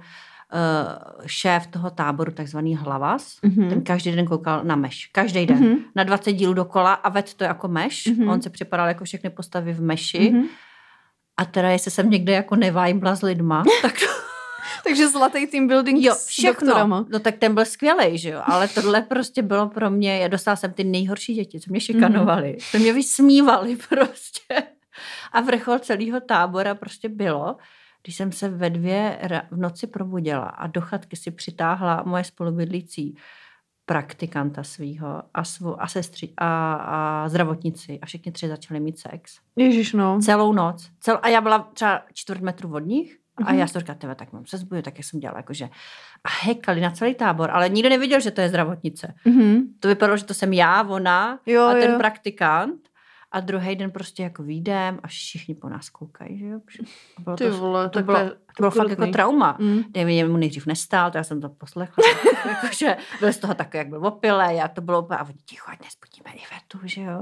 šéf toho táboru, takzvaný hlavas, mm-hmm. ten každý den koukal na meš. Každý den. Mm-hmm. Na dvacet dílů dokola a vedl to jako meš. Mm-hmm. On se připadal jako všechny postavy v meši. Mm-hmm. A teda, jestli jsem někde jako nevájbla s lidma, tak... Takže zlatý team building jo, s všechno. doktorama. No tak ten byl skvělej, že jo. Ale tohle prostě bylo pro mě, já dostala jsem ty nejhorší děti, co mě šikanovali. Mm-hmm. To mě vysmívali prostě. A vrchol celého tábora prostě bylo, když jsem se ve dvě v noci probudila a do chatky si přitáhla moje spolubydlící praktikanta svýho a, svou, a sestři a, a zdravotnici a všichni tři začali mít sex. Ježiš, no. Celou noc. Cel, a já byla třeba čtvrt metru od nich a já jsem říkala, tebe, tak mám se zbudu, tak jak jsem dělala, jakože a hekali na celý tábor, ale nikdo nevěděl, že to je zdravotnice. Mm-hmm. To vypadalo, že to jsem já, ona jo, a ten jo. praktikant. A druhý den prostě jako výjdem a všichni po nás koukají, že jo. Bylo Ty vole, to, to bylo, to bylo fakt jako trauma. Mm. Dej mu nejdřív nestál, to já jsem to poslechla. Jakože byl z toho takový, jak byl opilej a to bylo úplně, a oni ticho, ať nespudíme Ivetu, že jo.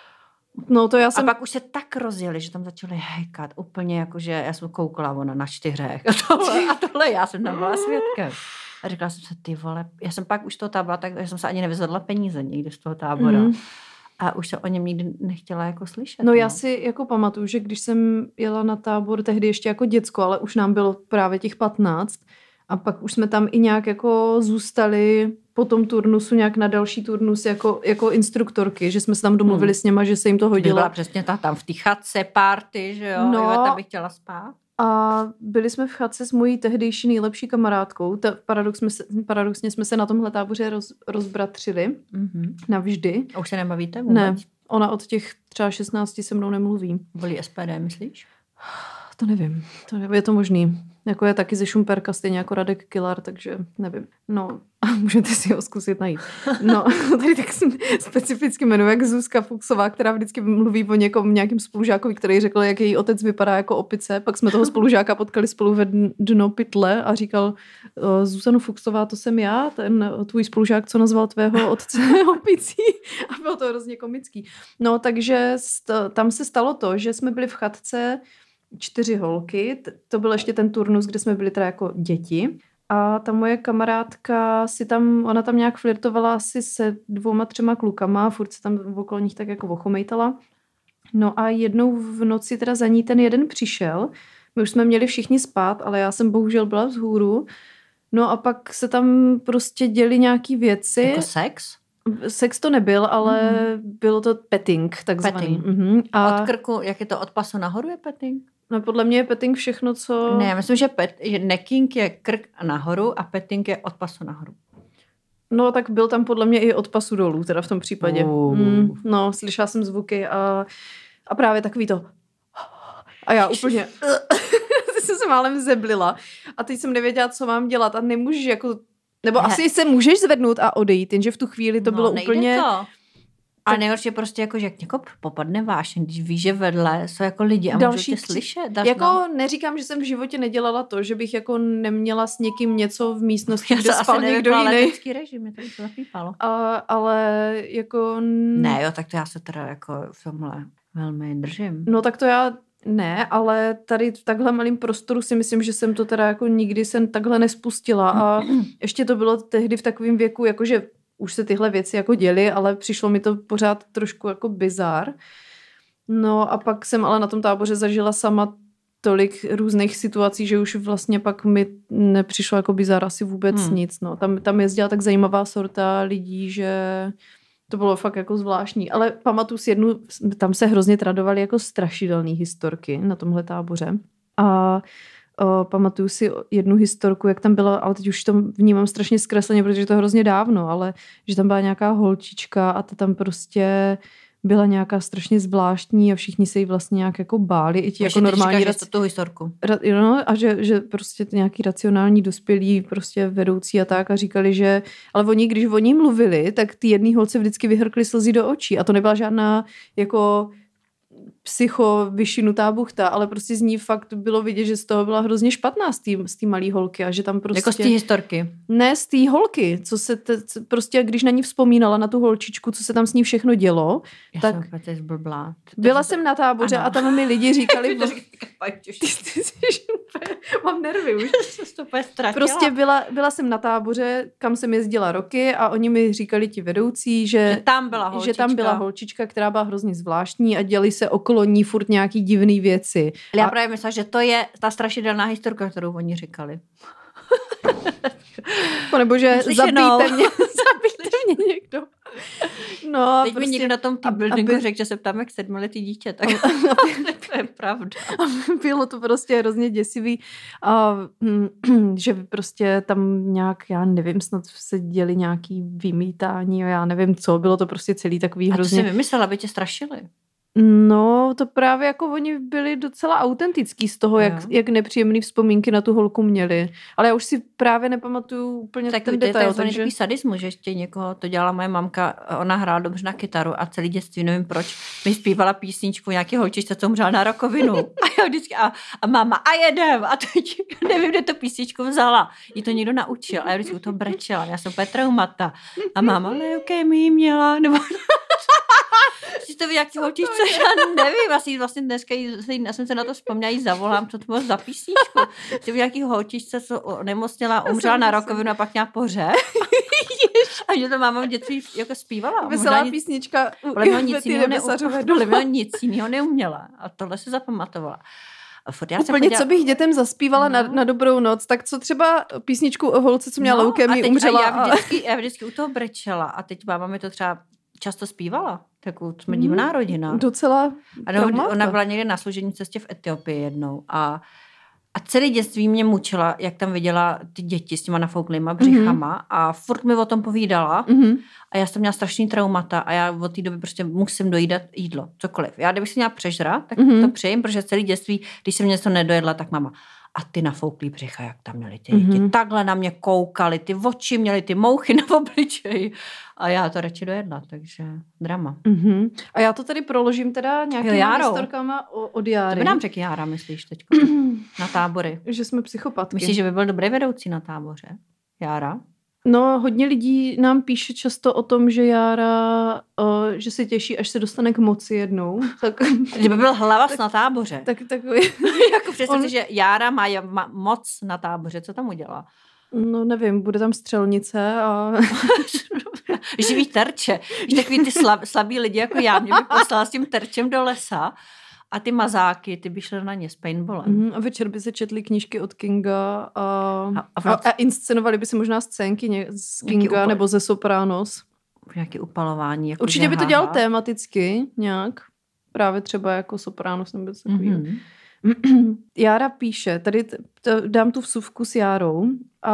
No to já jsem... A pak už se tak rozjeli, že tam začali hejkat úplně jakože, já jsem koukala ona na čtyřech a tohle, a tohle já jsem tam byla svědkem. A říkala jsem se, ty vole, já jsem pak už toho tábora, tak já jsem se ani nevyzvedla peníze někde z toho tábora. Mm. A už se o něm nikdy nechtěla jako slyšet. No, no já si jako pamatuju, že když jsem jela na tábor tehdy ještě jako děcko, ale už nám bylo právě těch patnáct a pak už jsme tam i nějak jako zůstali po tom turnusu nějak na další turnus jako, jako instruktorky, že jsme se tam domluvili hmm. s něma, že se jim to hodilo. Byla přesně ta tam v té chatce party, že jo, no, Iveta by chtěla spát. A byli jsme v chatce s mojí tehdejší nejlepší kamarádkou. Ta, paradox jsme se, paradoxně jsme se na tomhle táboře roz, rozbratřili. Mm-hmm. Navždy. A už se nebavíte vůbec? Ne, ona od těch třeba šestnácti se mnou nemluví. Volí S P D, myslíš? To nevím. To nevím. Je to možný. Jako je taky ze Šumperka, stejně jako Radek Kilar, takže nevím. No, můžete si ho zkusit najít. No, tady tak specificky jmenuje jak Zuzka Fuchsová, která vždycky mluví o někom, nějakým spolužákovi, který řekl, jak její otec vypadá jako opice. Pak jsme toho spolužáka potkali spolu ve dno pytle a říkal, Zuzanu Fuchsová, to jsem já, ten tvůj spolužák, co nazval tvého otce opicí. A bylo to hrozně komický. No, takže tam se stalo to, že jsme byli v chatce čtyři holky, to byl ještě ten turnus, kde jsme byli teda jako děti a ta moje kamarádka si tam, ona tam nějak flirtovala asi se dvouma, třema klukama, furt se tam okolo nich tak jako ochomejtala. No a jednou v noci teda za ní ten jeden přišel, my už jsme měli všichni spát, ale já jsem bohužel byla vzhůru, no a pak se tam prostě děly nějaký věci. Jako sex? Sex to nebyl, ale mm-hmm. bylo to petting, takzvaný. Petting. Mm-hmm. A od krku, jak je to od pasu nahoru je petting? No podle mě je petting všechno, co... Ne, já myslím, že, pet, že necking je krk nahoru a petting je od pasu nahoru. No tak byl tam podle mě i od pasu dolů, teda v tom případě. Uh. Mm, no, slyšela jsem zvuky a, a právě takový to... A já úplně... jsem se málem zeblila a teď jsem nevěděla, co mám dělat a nemůžeš jako... Nebo ne. Asi se můžeš zvednout a odejít, jenže v tu chvíli to no, bylo úplně... To. A nejhorší je prostě jako, že jak někoho popadne vášeň, když víš, že vedle jsou jako lidi a další můžou tě slyšet. Dáš jako na... neříkám, že jsem v životě nedělala to, že bych jako neměla s někým něco v místnosti, kde spal někdo jiný. Režim, mě to už zapípalo. A, ale jako... Ne, jo, tak to já se teda jako v tomhle velmi držím. No tak to já... Ne, ale tady v takhle malém prostoru si myslím, že jsem to teda jako nikdy jsem takhle nespustila a ještě to bylo tehdy v takovém věku, jakože už se tyhle věci jako děly, ale přišlo mi to pořád trošku jako bizár. No a pak jsem ale na tom táboře zažila sama tolik různých situací, že už vlastně pak mi nepřišlo jako bizár asi vůbec hmm. nic. No. Tam, tam jezdila tak zajímavá sorta lidí, že... To bylo fakt jako zvláštní, ale pamatuju si jednu, tam se hrozně tradovaly jako strašidelné historky na tomhle táboře a o, pamatuju si jednu historku, jak tam byla, ale teď už to vnímám strašně zkresleně, protože to je hrozně dávno, ale že tam byla nějaká holčička a ta tam prostě byla nějaká strašně zvláštní a všichni se jí vlastně nějak jako báli. I ti jako normální říkáš, raci... tu historku. Ra... No, a že, že prostě nějaký racionální dospělí prostě vedoucí a tak a říkali, že ale oni, když oni mluvili, tak ty jedný holce vždycky vyhrkly slzy do očí a to nebyla žádná jako psycho vyšinutá buchta, ale prostě z ní fakt bylo vidět, že z toho byla hrozně špatná z té malý holky a že tam prostě... Jako z té historky? Ne, z té holky, co se te, prostě, když na ní vzpomínala, na tu holčičku, co se tam s ní všechno dělo, já tak... jsem opět zblblá. Byla jsem na táboře ano. a tam mi lidi říkali... Mám nervy už. Prostě byla, byla jsem na táboře, kam jsem jezdila roky a oni mi říkali ti vedoucí, že, že, tam byla holčička. že tam byla holčička, která byla hrozně zvláštní a děli se okolo ní furt nějaký divný věci. Já a... právě myslím, že to je ta strašidelná historka, kterou oni říkali. Panebože, zabijte mě, zabijte mě někdo. No, teď prostě, mi někdo na tom team buildingu řekl, že se ptám jak sedmiletý dítě, tak to je pravda. Bylo to prostě hrozně děsivý, a, že prostě tam nějak, já nevím, snad se děli nějaký vymítání, já nevím co, bylo to prostě celý takový hrozně... A to si vymyslela, aby tě strašili. No, to právě jako oni byli docela autentický z toho, jak, jak nepříjemný vzpomínky na tu holku měli. Ale já už si právě nepamatuju úplně tak ten to detail. Tak to je takový sadismus, že ještě někoho, to dělala moje mamka, ona hrála dobře na kytaru a celý dětství, nevím proč, mi zpívala písničku nějaký holčičce, co umřela na rakovinu. A já vždycky, a, a máma, a jedem. A teď nevím, kde tu písničku vzala. Jí to někdo naučil a já vždycky u toho brečela. Já jsem úplně traumata. A máma, leukemii měla, nebo... Jsi to nějaký holčičce, já nevím, asi vlastně dneska já jsem se na to vzpomněla, jí zavolám, co to bylo za písničku. Ty nějaký holčičce, co nemocněla, umřela na rakovinu a pak měla pohřeb. A že to máma v dětství jako zpívala. Veselá nic, písnička. Ale nic jiného ne, nic jiného neuměla. A tohle se zapamatovala. Já úplně, podívala... co bych dětem zaspívala no. na, na dobrou noc, tak co třeba písničku o holce, co měla no, leukemii, umřela. A já vždycky, já vždycky u toho brečela a teď máma mi to třeba často zpívala. Tak jsme divná rodina. Docela a ona byla někde na služební cestě v Etiopii jednou a, a celé dětství mě mučila, jak tam viděla ty děti s těma nafouklýma břichama mm-hmm. a furt mi o tom povídala mm-hmm. a já jsem měla strašný traumata a já od té doby prostě musím dojídat jídlo, cokoliv. Já kdybych si měla přežrat, tak mm-hmm. to přejím, protože celé dětství, když jsem něco nedojedla, tak mama... A ty nafouklý břicha, jak tam měli ty děti. Mm-hmm. Takhle na mě koukali, ty oči měly ty mouchy na obličeji. A já to radši dojedla, takže drama. Mm-hmm. A já to tady proložím teda nějakýma historkama od Járy. To by nám řekl Jára, myslíš teď na tábory. Že jsme psychopatky. Myslíš, že by byl dobrý vedoucí na táboře? Jára? No, hodně lidí nám píše často o tom, že Jára, uh, že se těší, až se dostane k moci jednou. Tak, že by byl hlavas na táboře. Tak, takový. Jako představ si, že Jára má, má moc na táboře. Co tam udělá? No nevím, bude tam střelnice a... Živý terče. Víš, takový ty slab, slabý lidi jako já, mě by poslala s tím terčem do lesa a ty mazáky, ty by šly na ně s paintballem. Mm, a večer by se četly knížky od Kinga a, a, a, a inscenovali by se možná scénky ně, z Kinga upal... nebo ze Sopranos. Nějaké upalování. Jako určitě by to dělal tematicky nějak. Právě třeba jako Sopranos nebo něco takového. Mm-hmm. Jára píše, tady t- t- dám tu vsuvku s Járou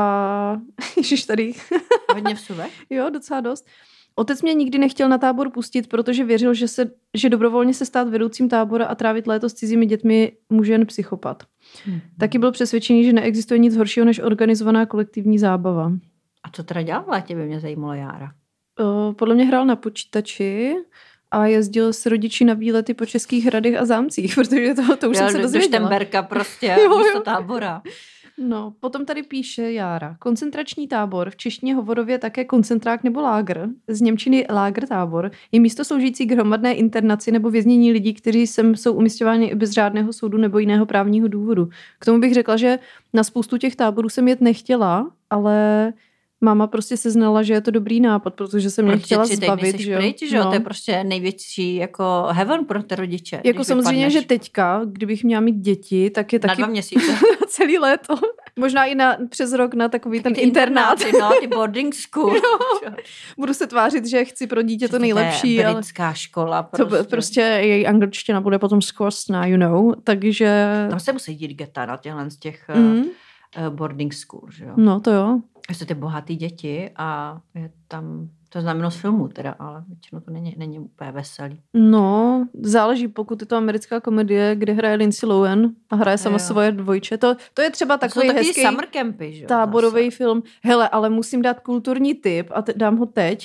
a ježiš tady. Hodně vsuvek? Jo, docela dost. Otec mě nikdy nechtěl na tábor pustit, protože věřil, že, se, že dobrovolně se stát vedoucím tábora a trávit léto s cizími dětmi může jen psychopat. Hmm. Taky byl přesvědčený, že neexistuje nic horšího než organizovaná kolektivní zábava. A co teda dělal v létě, by mě zajímalo Jára? Uh, podle mě hrál na počítači a jezdil s rodiči na výlety po českých hradech a zámcích, protože to, to už jo, jsem se dozvěděla. Do Štemberka prostě, místo tábora. No, potom tady píše Jára. Koncentrační tábor, v češtině hovorově také koncentrák nebo lágr, z němčiny lágr tábor, je místo sloužící k hromadné internaci nebo věznění lidí, kteří sem jsou umisťováni bez řádného soudu nebo jiného právního důvodu. K tomu bych řekla, že na spoustu těch táborů jsem jet nechtěla, ale máma prostě se znala, že je to dobrý nápad, protože jsem mě chtěla zbavit. Že? Pryč, že? No. To je prostě největší jako heaven pro ty rodiče. Jako samozřejmě, vypadneš. Že teďka, kdybych měla mít děti, tak je taky... Na dva měsíce. celý léto. Možná i na, přes rok na takový ten internát. No, ty boarding school. No. Budu se tvářit, že chci pro dítě to nejlepší. To je britská ale škola. Prostě. To prostě její angličtina bude potom zkostná, you know. Takže... Tam se musí dít geta na těchhle z těch mm. uh, boarding school, že jo? No to jo. Jsou ty bohatý děti a je tam, to znamená z filmu teda, ale většinou to není, není úplně veselý. No, záleží, pokud je to americká komedie, kde hraje Lindsay Lohan a hraje sama svoje dvojče. To, to je třeba takový hezký summer campy, že? táborový film. Hele, ale musím dát kulturní tip a te, dám ho teď.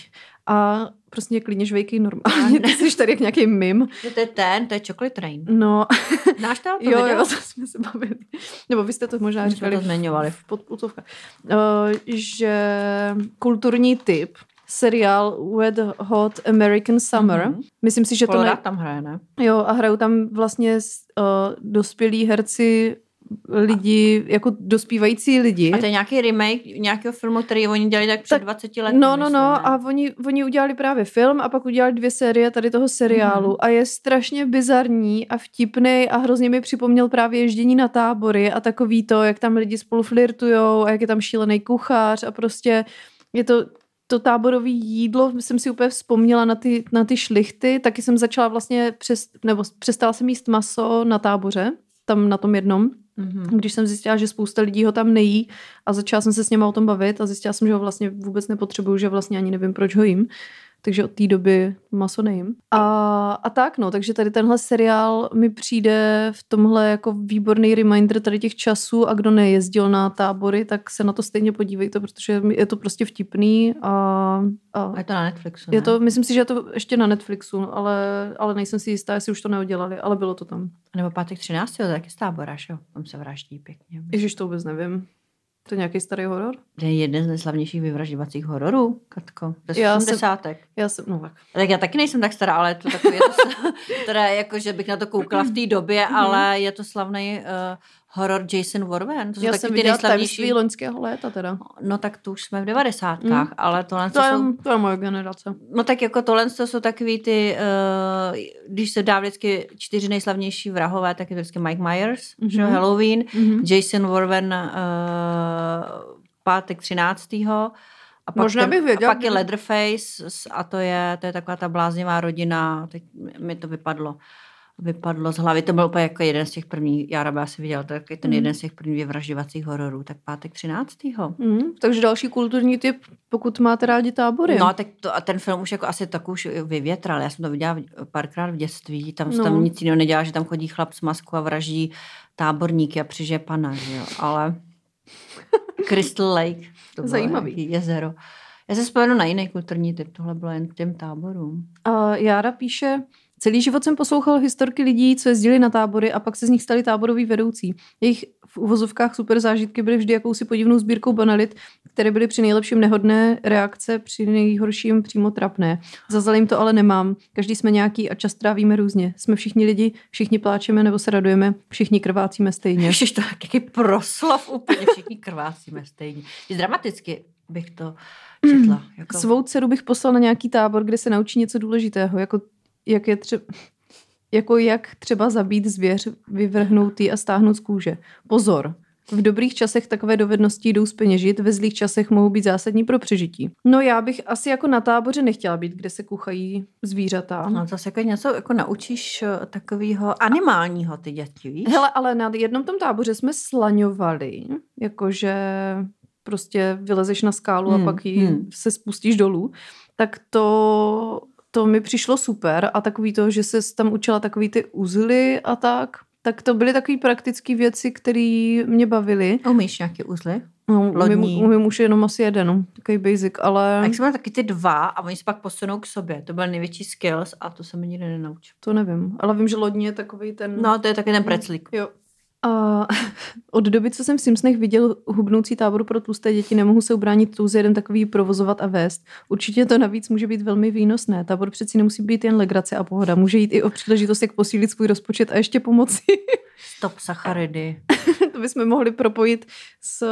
a prostě klidně žvejkej normálně. Ty jsi tady jak nějaký mim. To je ten, to je Chocolate Train. No. Znáš to? to jo, video? jo, to jsme se bavili. Nebo vy jste to možná říkali to zmiňovali v podpůcovkách. Uh, že kulturní tip, seriál Wet Hot American Summer. Mm-hmm. Myslím si, že to... Ne... tam hraje, ne? Jo, a hrajou tam vlastně uh, dospělí herci, lidi, jako dospívající lidi. A to je nějaký remake nějakého filmu, který oni dělali tak před tak, dvaceti lety. No, no, myslím, no. ne? A oni, oni udělali právě film a pak udělali dvě série tady toho seriálu. Mm. A je strašně bizarní a vtipnej a hrozně mi připomněl právě ježdění na tábory a takový to, jak tam lidi spolu flirtujou a jak je tam šílený kuchař a prostě je to to táborový jídlo, jsem si úplně vzpomněla na ty, na ty šlichty, taky jsem začala vlastně, přes, nebo přestala jsem jíst maso na táboře, tam na tom jednom, mm-hmm. když jsem zjistila, že spousta lidí ho tam nejí a začala jsem se s něma o tom bavit a zjistila jsem, že ho vlastně vůbec nepotřebuju, že vlastně ani nevím, proč ho jím. Takže od té doby maso nejím. A, a tak no, takže tady tenhle seriál mi přijde v tomhle jako výborný reminder tady těch časů a kdo nejezdil na tábory, tak se na to stejně podívejte, protože je to prostě vtipný a... a je to na Netflixu, ne? Je to, myslím si, že je to ještě na Netflixu, ale, ale nejsem si jistá, jestli už to neudělali, ale bylo to tam. Nebo pátek třináctého to taky z tábora, jo? Tam se vraždí pěkně. Ježiš, to vůbec nevím. To je nějaký starý horor? To je jeden z nejslavnějších vyvražďovacích hororů, Katko. To je osmdesátek. Já jsem, no tak. Tak já taky nejsem tak stará, ale je to takový, je to, teda jako, že bych na to koukala v té době, ale je to slavný uh, horor Jason Voorhees. To jsou já taky jsem ty viděla nejslavnější... tajemství loňského léta teda. No tak to už jsme v devadesátkách, mm. ale tohle to, je, jsou... to je moje generace. No tak jako tohle to jsou takový ty, uh, když se dá vždycky čtyři nejslavnější vrahové, tak je vždycky Mike Myers, mm-hmm. že Halloween, mm-hmm. Jason Voorhees, uh, pátek třináctého A pak, Možná ten, bych věděla, a pak je Leatherface a to je, to je taková ta bláznivá rodina. Teď mi to vypadlo, vypadlo z hlavy. To byl úplně jako jeden z těch prvních, já bych asi viděla, to je ten mm. jeden z těch prvních vyvražďovacích hororů. Tak pátek třináctého Mm, takže další kulturní tip, pokud máte rádi tábory. No tak to, a ten film už jako asi tak už vyvětral. Já jsem to viděla párkrát v dětství. Tam, no. tam nic jiného nedělá, že tam chodí chlap s maskou a vraždí táborníky a přižije pana. Že jo? Ale Crystal Lake. To zajímavý. Jezero. Já se vzpomenu na jiný kulturní typ. Tohle bylo jen těm táborům. Uh, Jára píše, celý život jsem poslouchal historky lidí, co jezdili na tábory a pak se z nich stali táboroví vedoucí. Jejich v uvozovkách super zážitky byly vždy jakousi podivnou sbírkou banalit, které byly při nejlepším nehodné reakce, při nejhorším přímo trapné. Za jim to ale nemám. Každý jsme nějaký a čas trávíme různě. Jsme všichni lidi, všichni pláčeme nebo se radujeme, všichni krvácíme stejně. Ježiš, to je jaký proslov úplně, všichni krvácíme stejně. Dramaticky bych to četla. Jako... Svou dceru bych poslal na nějaký tábor, kde se naučí něco důležitého, jako jak je třeba... Jako jak třeba zabít zvěř, vyvrhnout ji a stáhnout z kůže. Pozor, v dobrých časech takové dovednosti jdou zpeněžit, ve zlých časech mohou být zásadní pro přežití. No já bych asi jako na táboře nechtěla být, kde se kuchají zvířata. No zase jako něco jako naučíš takového animálního ty děti, víš? Hele, ale na jednom tom táboře jsme slaňovali, jakože prostě vylezeš na skálu hmm, a pak ji hmm. se spustíš dolů. Tak to... To mi přišlo super a takový to, že se tam učila takový ty uzly a tak, tak to byly takový praktické věci, které mě bavily. Umíš nějaké uzly? No, umím, umím už jenom asi jeden, no, takový basic, ale... A jak jsem měla taky ty dva a oni se pak posunou k sobě, to byl největší skills a to se mi nikdy nenaučil. To nevím, ale vím, že lodní je takový ten... No, to je taky ten preclík. Jo. A od doby, co jsem v Simpsonech viděl hubnoucí tábor pro tlusté děti, nemohu se ubránit touze jeden takový provozovat a vést. Určitě to navíc může být velmi výnosné. Tábor přeci nemusí být jen legrace a pohoda. Může jít i o příležitost, jak posílit svůj rozpočet a ještě pomoci. Stop sacharidy. To bychom mohli propojit s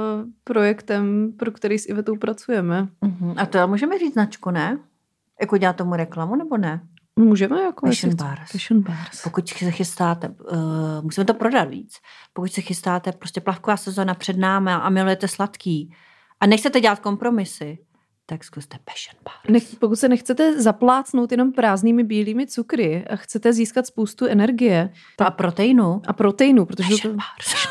projektem, pro který s Ivetou pracujeme. Uh-huh. A to můžeme říct značku, ne? Jako dělat tomu reklamu, nebo ne? Můžeme jako... Passion Bars. Passion Bars. Pokud se chystáte, uh, musíme to prodat víc, pokud se chystáte, prostě plavková sezóna před námi a milujete sladký a nechcete dělat kompromisy, tak zkuste Passion Bars. Nech, pokud se nechcete zaplácnout jenom prázdnými bílými cukry a chcete získat spoustu energie. Tak, a proteinu. A proteinu, protože... Passion to... Bars.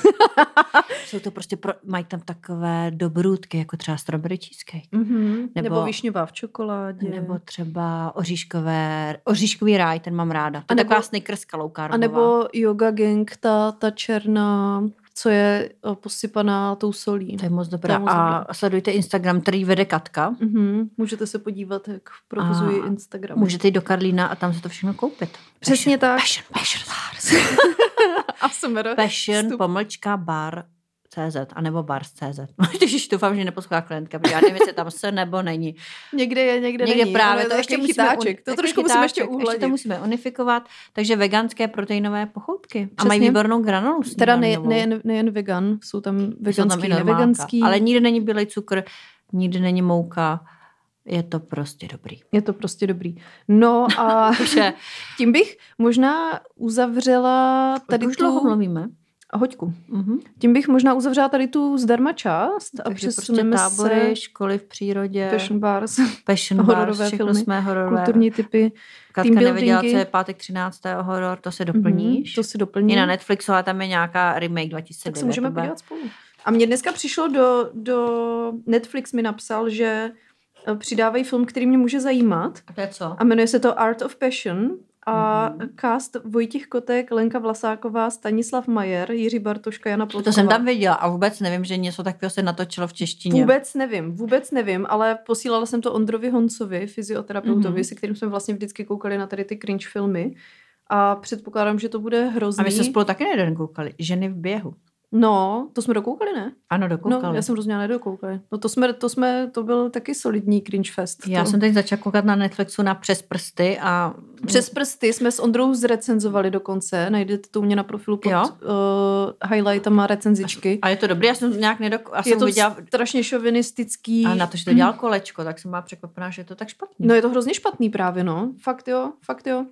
Jsou to prostě, pro, mají tam takové dobrůdky, jako třeba strawberry cheesecake. Mm-hmm. Nebo, nebo višňová v čokoládě. Nebo třeba oříškové, oříškový ráj, ten mám ráda. To je taková snickerska low carbová. A nebo Yoga Gang, ta, ta černá co je posypaná tou solí. To je moc dobré. A dobré. Sledujte Instagram, který vede Katka. Mm-hmm. Můžete se podívat, jak provozuji Instagram. Můžete jít do Karlína a tam se to všechno koupit. Přesně passion, tak. Passion, passion, passion. Passion, pomlčka, bar, C Z, anebo bars tečka cé zet. Když doufám, že neposlouchá klientka, protože já nevím, jestli tam se nebo není. Někde je, někde, někde není. Právě, to ještě chytáček. Un... To trošku musíme ještě uhladit. Ještě to musíme unifikovat. Takže veganské proteinové pochoutky. Přesně. A mají výbornou granulu. Teda nejen, nejen, nejen vegan, jsou tam veganský, jsou tam neveganský. Ale nikdy není bílej cukr, nikdy není mouka. Je to prostě dobrý. Je to prostě dobrý. No a tím bych možná uzavřela tady už tu... dlouho mluvíme. Hoďku. Uh-huh. Tím bych možná uzavřela tady tu zdarma část a přesuneme prostě tábory, se... školy v přírodě. Passion bars. Passion hororové bars, všechno filmy, jsme hororové. Kulturní typy. Katka nevěděla, co je pátek třináctého horor, to se doplníš. Uh-huh, to se doplní. I na Netflixu, ale tam je nějaká remake dva tisíce devět. Tak se můžeme podívat spolu. A mně dneska přišlo do, do... Netflix mi napsal, že přidávají film, který mě může zajímat. A to je co? A jmenuje se to Art of Passion. A mm-hmm. cast Vojtěch Kotek, Lenka Vlasáková, Stanislav Majer, Jiří Bartoška, Jana Plotková. To jsem tam viděla a vůbec nevím, že něco takového se natočilo v češtině. Vůbec nevím, vůbec nevím, ale posílala jsem to Ondrovi Honcovi, fyzioterapeutovi, mm-hmm. se kterým jsme vlastně vždycky koukali na tady ty cringe filmy. A předpokládám, že to bude hrozný. A my jsme spolu taky nejden koukali. Ženy v běhu. No, to jsme dokoukali, ne? Ano, dokoukali. No, já jsem rozměla nedokoukali. No to jsme, to jsme, to byl taky solidní cringe fest. Já to. jsem teď začala koukat na Netflixu na Přes prsty a... Přes prsty jsme s Ondrou zrecenzovali dokonce, najdete to u mě na profilu pod uh, highlightama recenzičky. A je to dobrý, já jsem nějak nedokoukala. Je to viděla... strašně šovinistický. A na to, že to dělal Kolečko, tak jsem byla překvapená, že je to tak špatný. No je to hrozně špatný právě, no. Fakt jo, fakt jo.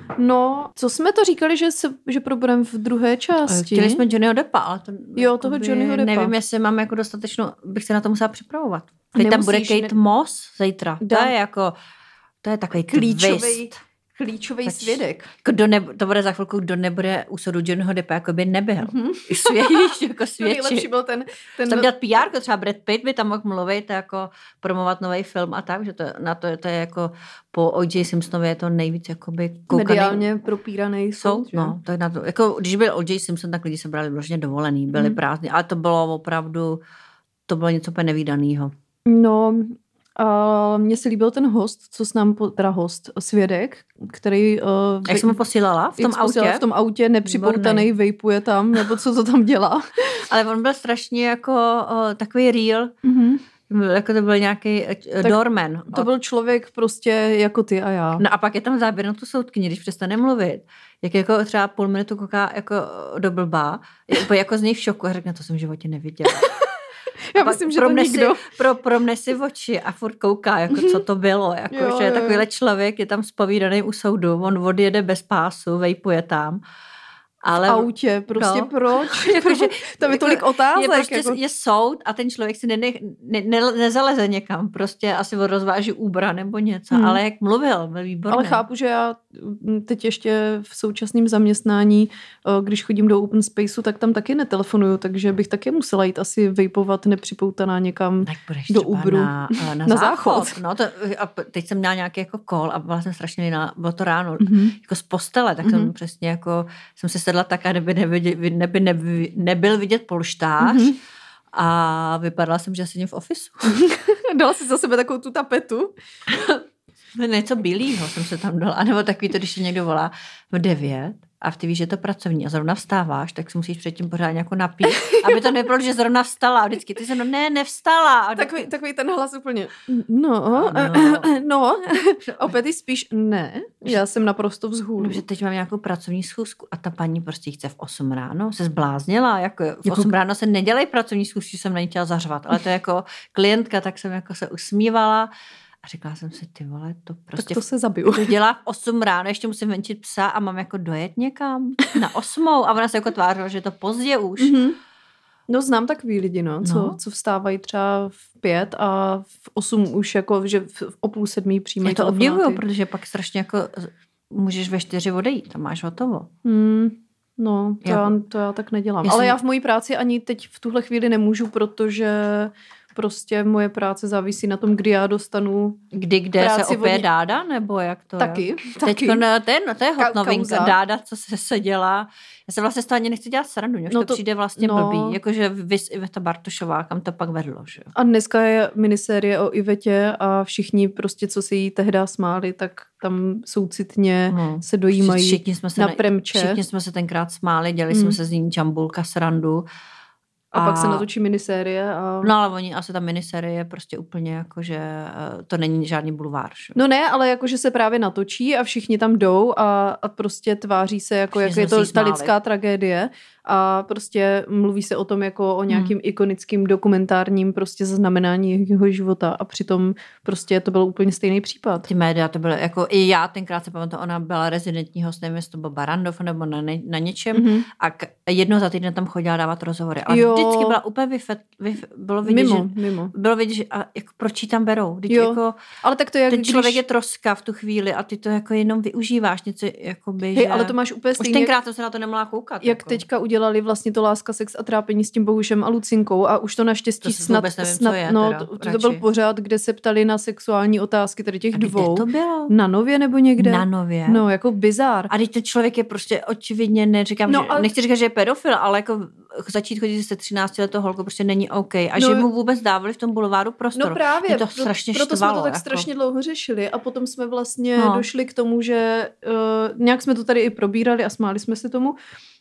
No, co jsme to říkali, že, se, že probereme v druhé části? Chtěli jsme Johnnyho Deppa, ale to... Jo, toho Johnnyho Deppa. Nevím, jestli mám jako dostatečnou, bych se na to musela připravovat. Teď tam bude Kate ne... Moss zítra. To je jako, to je takový klíčový, twist. Klíčový Pač, svědek. Kdo ne, to bude za chvilku, kdo nebude u soudu Johnnyho Deppa, jako by nebyl. Mm-hmm. Svědíš, jako svědčí. Nejlepší byl ten... ten... Tam dělat P R, třeba Brad Pitt by tam mohl mluvit, jako promovat nový film a tak, že to, na to, to je jako po O J Simpsonově je to nejvíc jakoby koukaný. Mediálně propíraný soud. No, to je na to, jako když byl O J Simpson, tak lidi se brali vložně dovolený, byli mm. prázdní, ale to bylo opravdu, to bylo něco úplně nevídanýho. No, a mně se líbil ten host, co s nám, po, teda host, svědek, který... Uh, jak jsem ho posílala? V tom autě? V tom autě, nepřipoutanej, vejpuje tam, nebo co to tam dělá. Ale on byl strašně jako uh, takový real, mm-hmm. jako to byl nějaký uh, doorman. To byl člověk prostě jako ty a já. No a pak je tam záběr na tu soudkyni, když přestane mluvit, jak jako třeba půl minutu kouká jako do blbá, je úplně jako z něj v šoku a řekne, to jsem v životě neviděla. Já myslím, že to nikdo. Si, pro, promne si oči a furt kouká, jako co to bylo. Jako, jo, že jo. Takovýhle člověk je tam zpovídaný u soudu, on odjede bez pásu, vejpuje tam. Ale, v autě, prostě no. Proč? jako, že, tam je tolik otázek. Je, prostě, jako... je soud a ten člověk si ne, ne, ne, nezaleze někam, prostě asi rozváží úbra nebo něco, hmm. ale jak mluvil, byl výborný. Ale chápu, že já teď ještě v současném zaměstnání, když chodím do open spaceu, tak tam taky netelefonuju, takže bych taky musela jít asi vejpovat nepřipoutaná někam do úbru. Na, na, na záchod. záchod. No to, a teď jsem měla nějaký jako call a byla jsem strašně jiná, bylo to ráno, mm-hmm. jako z postele, tak mm-hmm. jsem přesně jako, jsem se sedla tak, aby nevidět, neby, neby, nebyl vidět polštář mm-hmm. a vypadala jsem, že sedím v ofisu. Dala si za sebe takovou tu tapetu? Něco bílýho jsem se tam dala, nebo takový to, když někdo volá v devět a ty víš, že je to pracovní a zrovna vstáváš, tak si musíš předtím pořád jako napít, aby to nebylo, že zrovna vstala a vždycky ty se no ne, nevstala. A takový, takový ten hlas úplně, no, no, no. opět spíš ne, já jsem naprosto vzhůru. Že teď mám nějakou pracovní schůzku a ta paní prostě chce v osm ráno, se zbláznila, jako v osm ráno se nedělají pracovní schůzky, jsem na ní chtěla zařvat, ale to je jako klientka, tak jsem jako se usmívala. A říkala jsem si, ty vole, to prostě... Tak to se zabiju. To dělá v osm ráno, ještě musím venčit psa a mám jako dojet někam na osmou. A ona se jako tvářila, že je to pozdě už. Mm-hmm. No znám takový lidi, no, co, no. co vstávají třeba v pět a v osm už jako, že v, o půl sedmí přijímají. Je to obdivuju, protože pak strašně jako můžeš ve čtyři odejít, tam máš hotovo. Mm. No, to já, to já tak nedělám. Jestli... Ale já v mojí práci ani teď v tuhle chvíli nemůžu, protože prostě moje práce závisí na tom, kdy já dostanu Kdy, kde se opět dáda, nebo jak to taky, je? taky. Teďko, no, to je, no, to je hot Ka- novinka, kauza. dáda, co se, se dělá. Já se vlastně z toho ani nechci dělat srandu, mě už No to, to- přijde vlastně no. blbý, jakože vys Iveta Bartošová, kam to pak vedlo, že jo? A dneska je minisérie o Ivetě a všichni prostě, co se jí tehdy smáli, tak tam soucitně No. se dojímají Všichni jsme se na ne- premče. Všichni jsme se tenkrát smáli, dělali Mm. jsme se z ní čambulka, srandu. A pak se natočí minisérie. A... No ale oni, asi ta minisérie je prostě úplně jako, že eh, to není žádný bulvár. Že? No ne, ale jakože se právě natočí a všichni tam jdou a, a prostě tváří se, jako jak Všichni je jsme to si ta smáli. lidská tragédie a prostě mluví se o tom jako o nějakým hmm. ikonickým dokumentárním prostě zaznamenání jeho života a přitom prostě to byl úplně stejný případ. Ty média, to bylo jako, i já tenkrát se pamatuju, ona byla rezidentní host, nevím, jestli to byl Barandov nebo na, ne, na něčem Mhm. a k, jednou za týden tam chodila dávat rozhovory. Ale Jo. vždycky byla úplně vyfet, vyf, bylo vidět, Mimo, že, mimo. bylo vidět, že a, jako, proč ji tam berou? Teď Jo. jako, Ale tak to je, jak ten když... člověk je troska v tu chvíli a ty to jako jenom využíváš něco, jakoby, Hej, že... ale to máš úplně Už stejně, tenkrát jsem se na to nemohla koukat. jak jako. teďka udělali vlastně to Láska, sex a trápení s tím Bohušem a Lucinkou a už to naštěstí To si snad, vůbec nevím, snad co je no, teda, to, to radši. byl pořád, kde se ptali na sexuální otázky tady těch A kde dvou. to bylo? Na Nově nebo někde? Na Nově. No, jako bizár. A teď ten člověk je prostě očividně, neříkám, No, no, že, ale- nechci říkat, že je pedofil, ale jako začít chodit se třináctiletou holkou prostě není OK. A No, že mu vůbec dávali v tom bulváru prostor. No právě, Mě to pro- strašně proto štvalo, jsme to tak jako. strašně dlouho řešili a potom jsme vlastně No. došli k tomu, že uh, nějak jsme to tady i probírali a smáli jsme se tomu.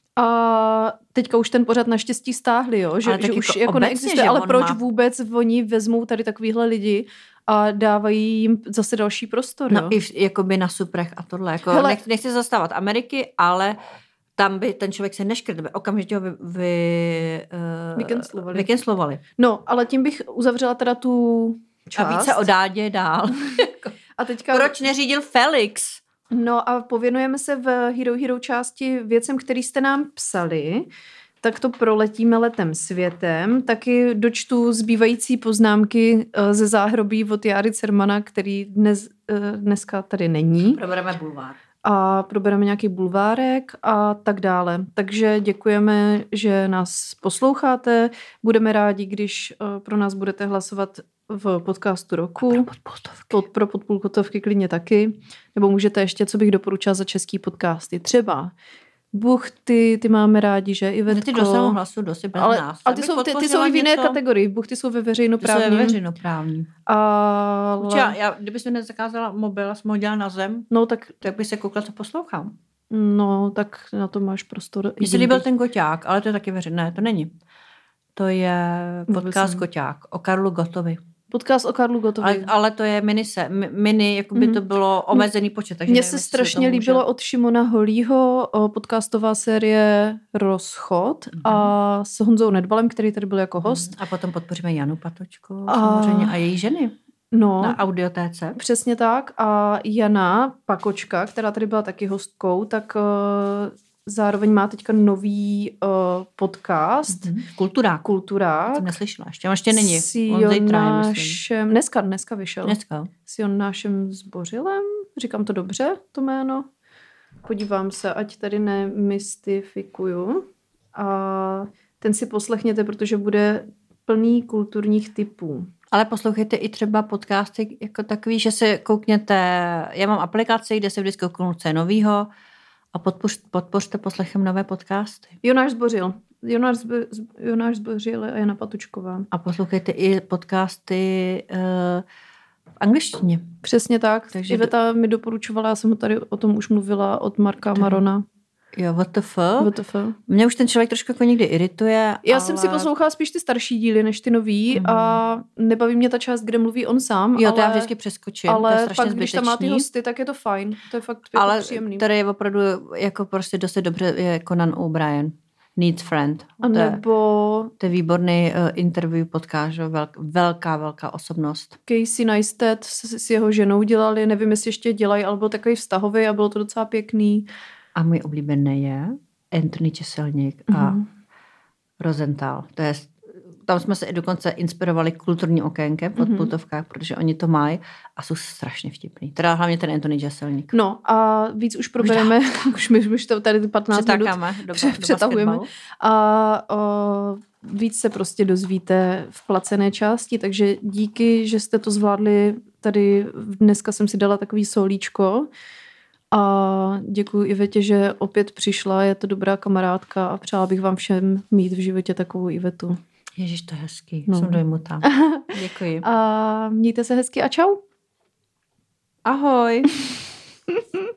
A teďka už ten pořad naštěstí stáhli, jo? Že, Ale tak že už jako jako obecně, neexistuje, že ale on proč má- vůbec oni vezmou tady takovýhle lidi a dávají jim zase další prostor, jo? No i v, jakoby na suprech a tohle. Jako, Hele- nech, nechci zastávat Ameriky, ale tam by ten člověk se neškrt, by okamžitě ho vy, vy, uh, Vykanclovali. vykanclovali. No, ale tím bych uzavřela teda tu část. A více o dádě dál. A teďka... Proč neřídil Felix? No a pověnujeme se v Hero Hero části věcem, který jste nám psali, tak to proletíme letem světem. Taky dočtu zbývající poznámky eh, ze záhrobí od Járy Cermana, který dnes, eh, dneska tady není. Probereme bulvár. A probereme nějaký bulvárek a tak dále. Takže děkujeme, že nás posloucháte. Budeme rádi, když eh, pro nás budete hlasovat v podcastu roku. A pro podpultovky. Pod, pro podpůlkotovky klidně taky. Nebo můžete ještě, co bych doporučila za český podcasty. Třeba Buchty, ty máme rádi, že? Ivetko. Ty dostanou hlasu dost bez ale, nás. ale ty, jsou, ty, ty jsou i v jiné kategorii. Buchty jsou ve Ty jsou veřejnoprávním. ve veřejnoprávní. Ale... Já, já, kdybys mi nezakázala mobil a jsem ho dělala na zem, No tak, tak bych se koukla, co poslouchám. no, tak na to máš prostor. Mně se líbil ten Koťák, ale to je taky veřejné. Ne, to není. To je Vůbec podcast nevím. Koťák o Karlu Gottovi. Podcast o Karlu Gottovi. Ale, ale to je mini, se, mi- mini jako by Mhm. to bylo omezený počet. Takže Mně nevím, se jestli strašně to může- líbilo od Šimona Holího o, podcastová série Rozchod Mhm. a s Honzou Nedbalem, který tady byl jako host. A potom podpoříme Janu Patočku A- samozřejmě a její ženy No, na audiotéce. přesně tak. A Jana Pakočka, která tady byla taky hostkou, tak uh, zároveň má teďka nový uh, podcast Mhm. Kulturák. Kulturák. Jsem neslyšela ještě. On ještě není. S On zítra je, myslím. Jonášem, dneska, dneska vyšel. Dneska. S Jonášem Zbořilem, říkám to dobře, to jméno. Podívám se, ať tady nemystifikuju. A ten si poslechněte, protože bude plný kulturních typů. Ale poslouchejte i třeba podcasty jako takový, že se koukněte, já mám aplikaci, kde se vždycky kouknu, co je novýho a podpoř, podpořte poslechem nové podcasty. Jonáš Zbořil. Jonáš, Zbo- Jonáš Zbořil a Jana Patučková. A poslouchejte i podcasty uh, v angličtině. Přesně tak. Takže- Takže Iveta mi doporučovala, já jsem ho tady o tom už mluvila, od Marka Marona. Jo, W T F. W T F. Mě už ten člověk trošku jako někdy irituje. Já ale... jsem si poslouchala spíš ty starší díly, než ty nový Mhm. a nebaví mě ta část, kde mluví on sám. Jo, ale, to já vždycky přeskočím. to je ale strašně pak, když tam má ty zbytečný. hosty, tak je to fajn. To je fakt jako Ale příjemný. tady je opravdu jako prostě dost dobře je Conan O'Brien. Needs Friend. A To je, nebo to je výborný uh, interview podcast, že? Velk, velká, velká osobnost. Casey Neistat s, s jeho ženou dělali, nevím, jestli ještě dělají, ale byl takový vztahový a bylo to docela pěkný. A můj oblíbený je Anthony Česelník a Mhm. Rosenthal. To je tam jsme se i dokonce inspirovali kulturním okénkem v Mhm. Plutovkách, protože oni to mají a jsou strašně vtivný. Teda hlavně ten Anthony Jeselník. No a víc už probereme, už my už to tady patnáct minut do, pře- do přetahujeme. A o, víc se prostě dozvíte v placené části, takže díky, že jste to zvládli. Tady dneska jsem si dala takový solíčko a děkuji Ivetě, že opět přišla, je to dobrá kamarádka a přála bych vám všem mít v životě takovou Ivetu. Ježiš, to je hezký, No. jsem dojmutá. Děkuji. A mějte se hezky a čau. Ahoj.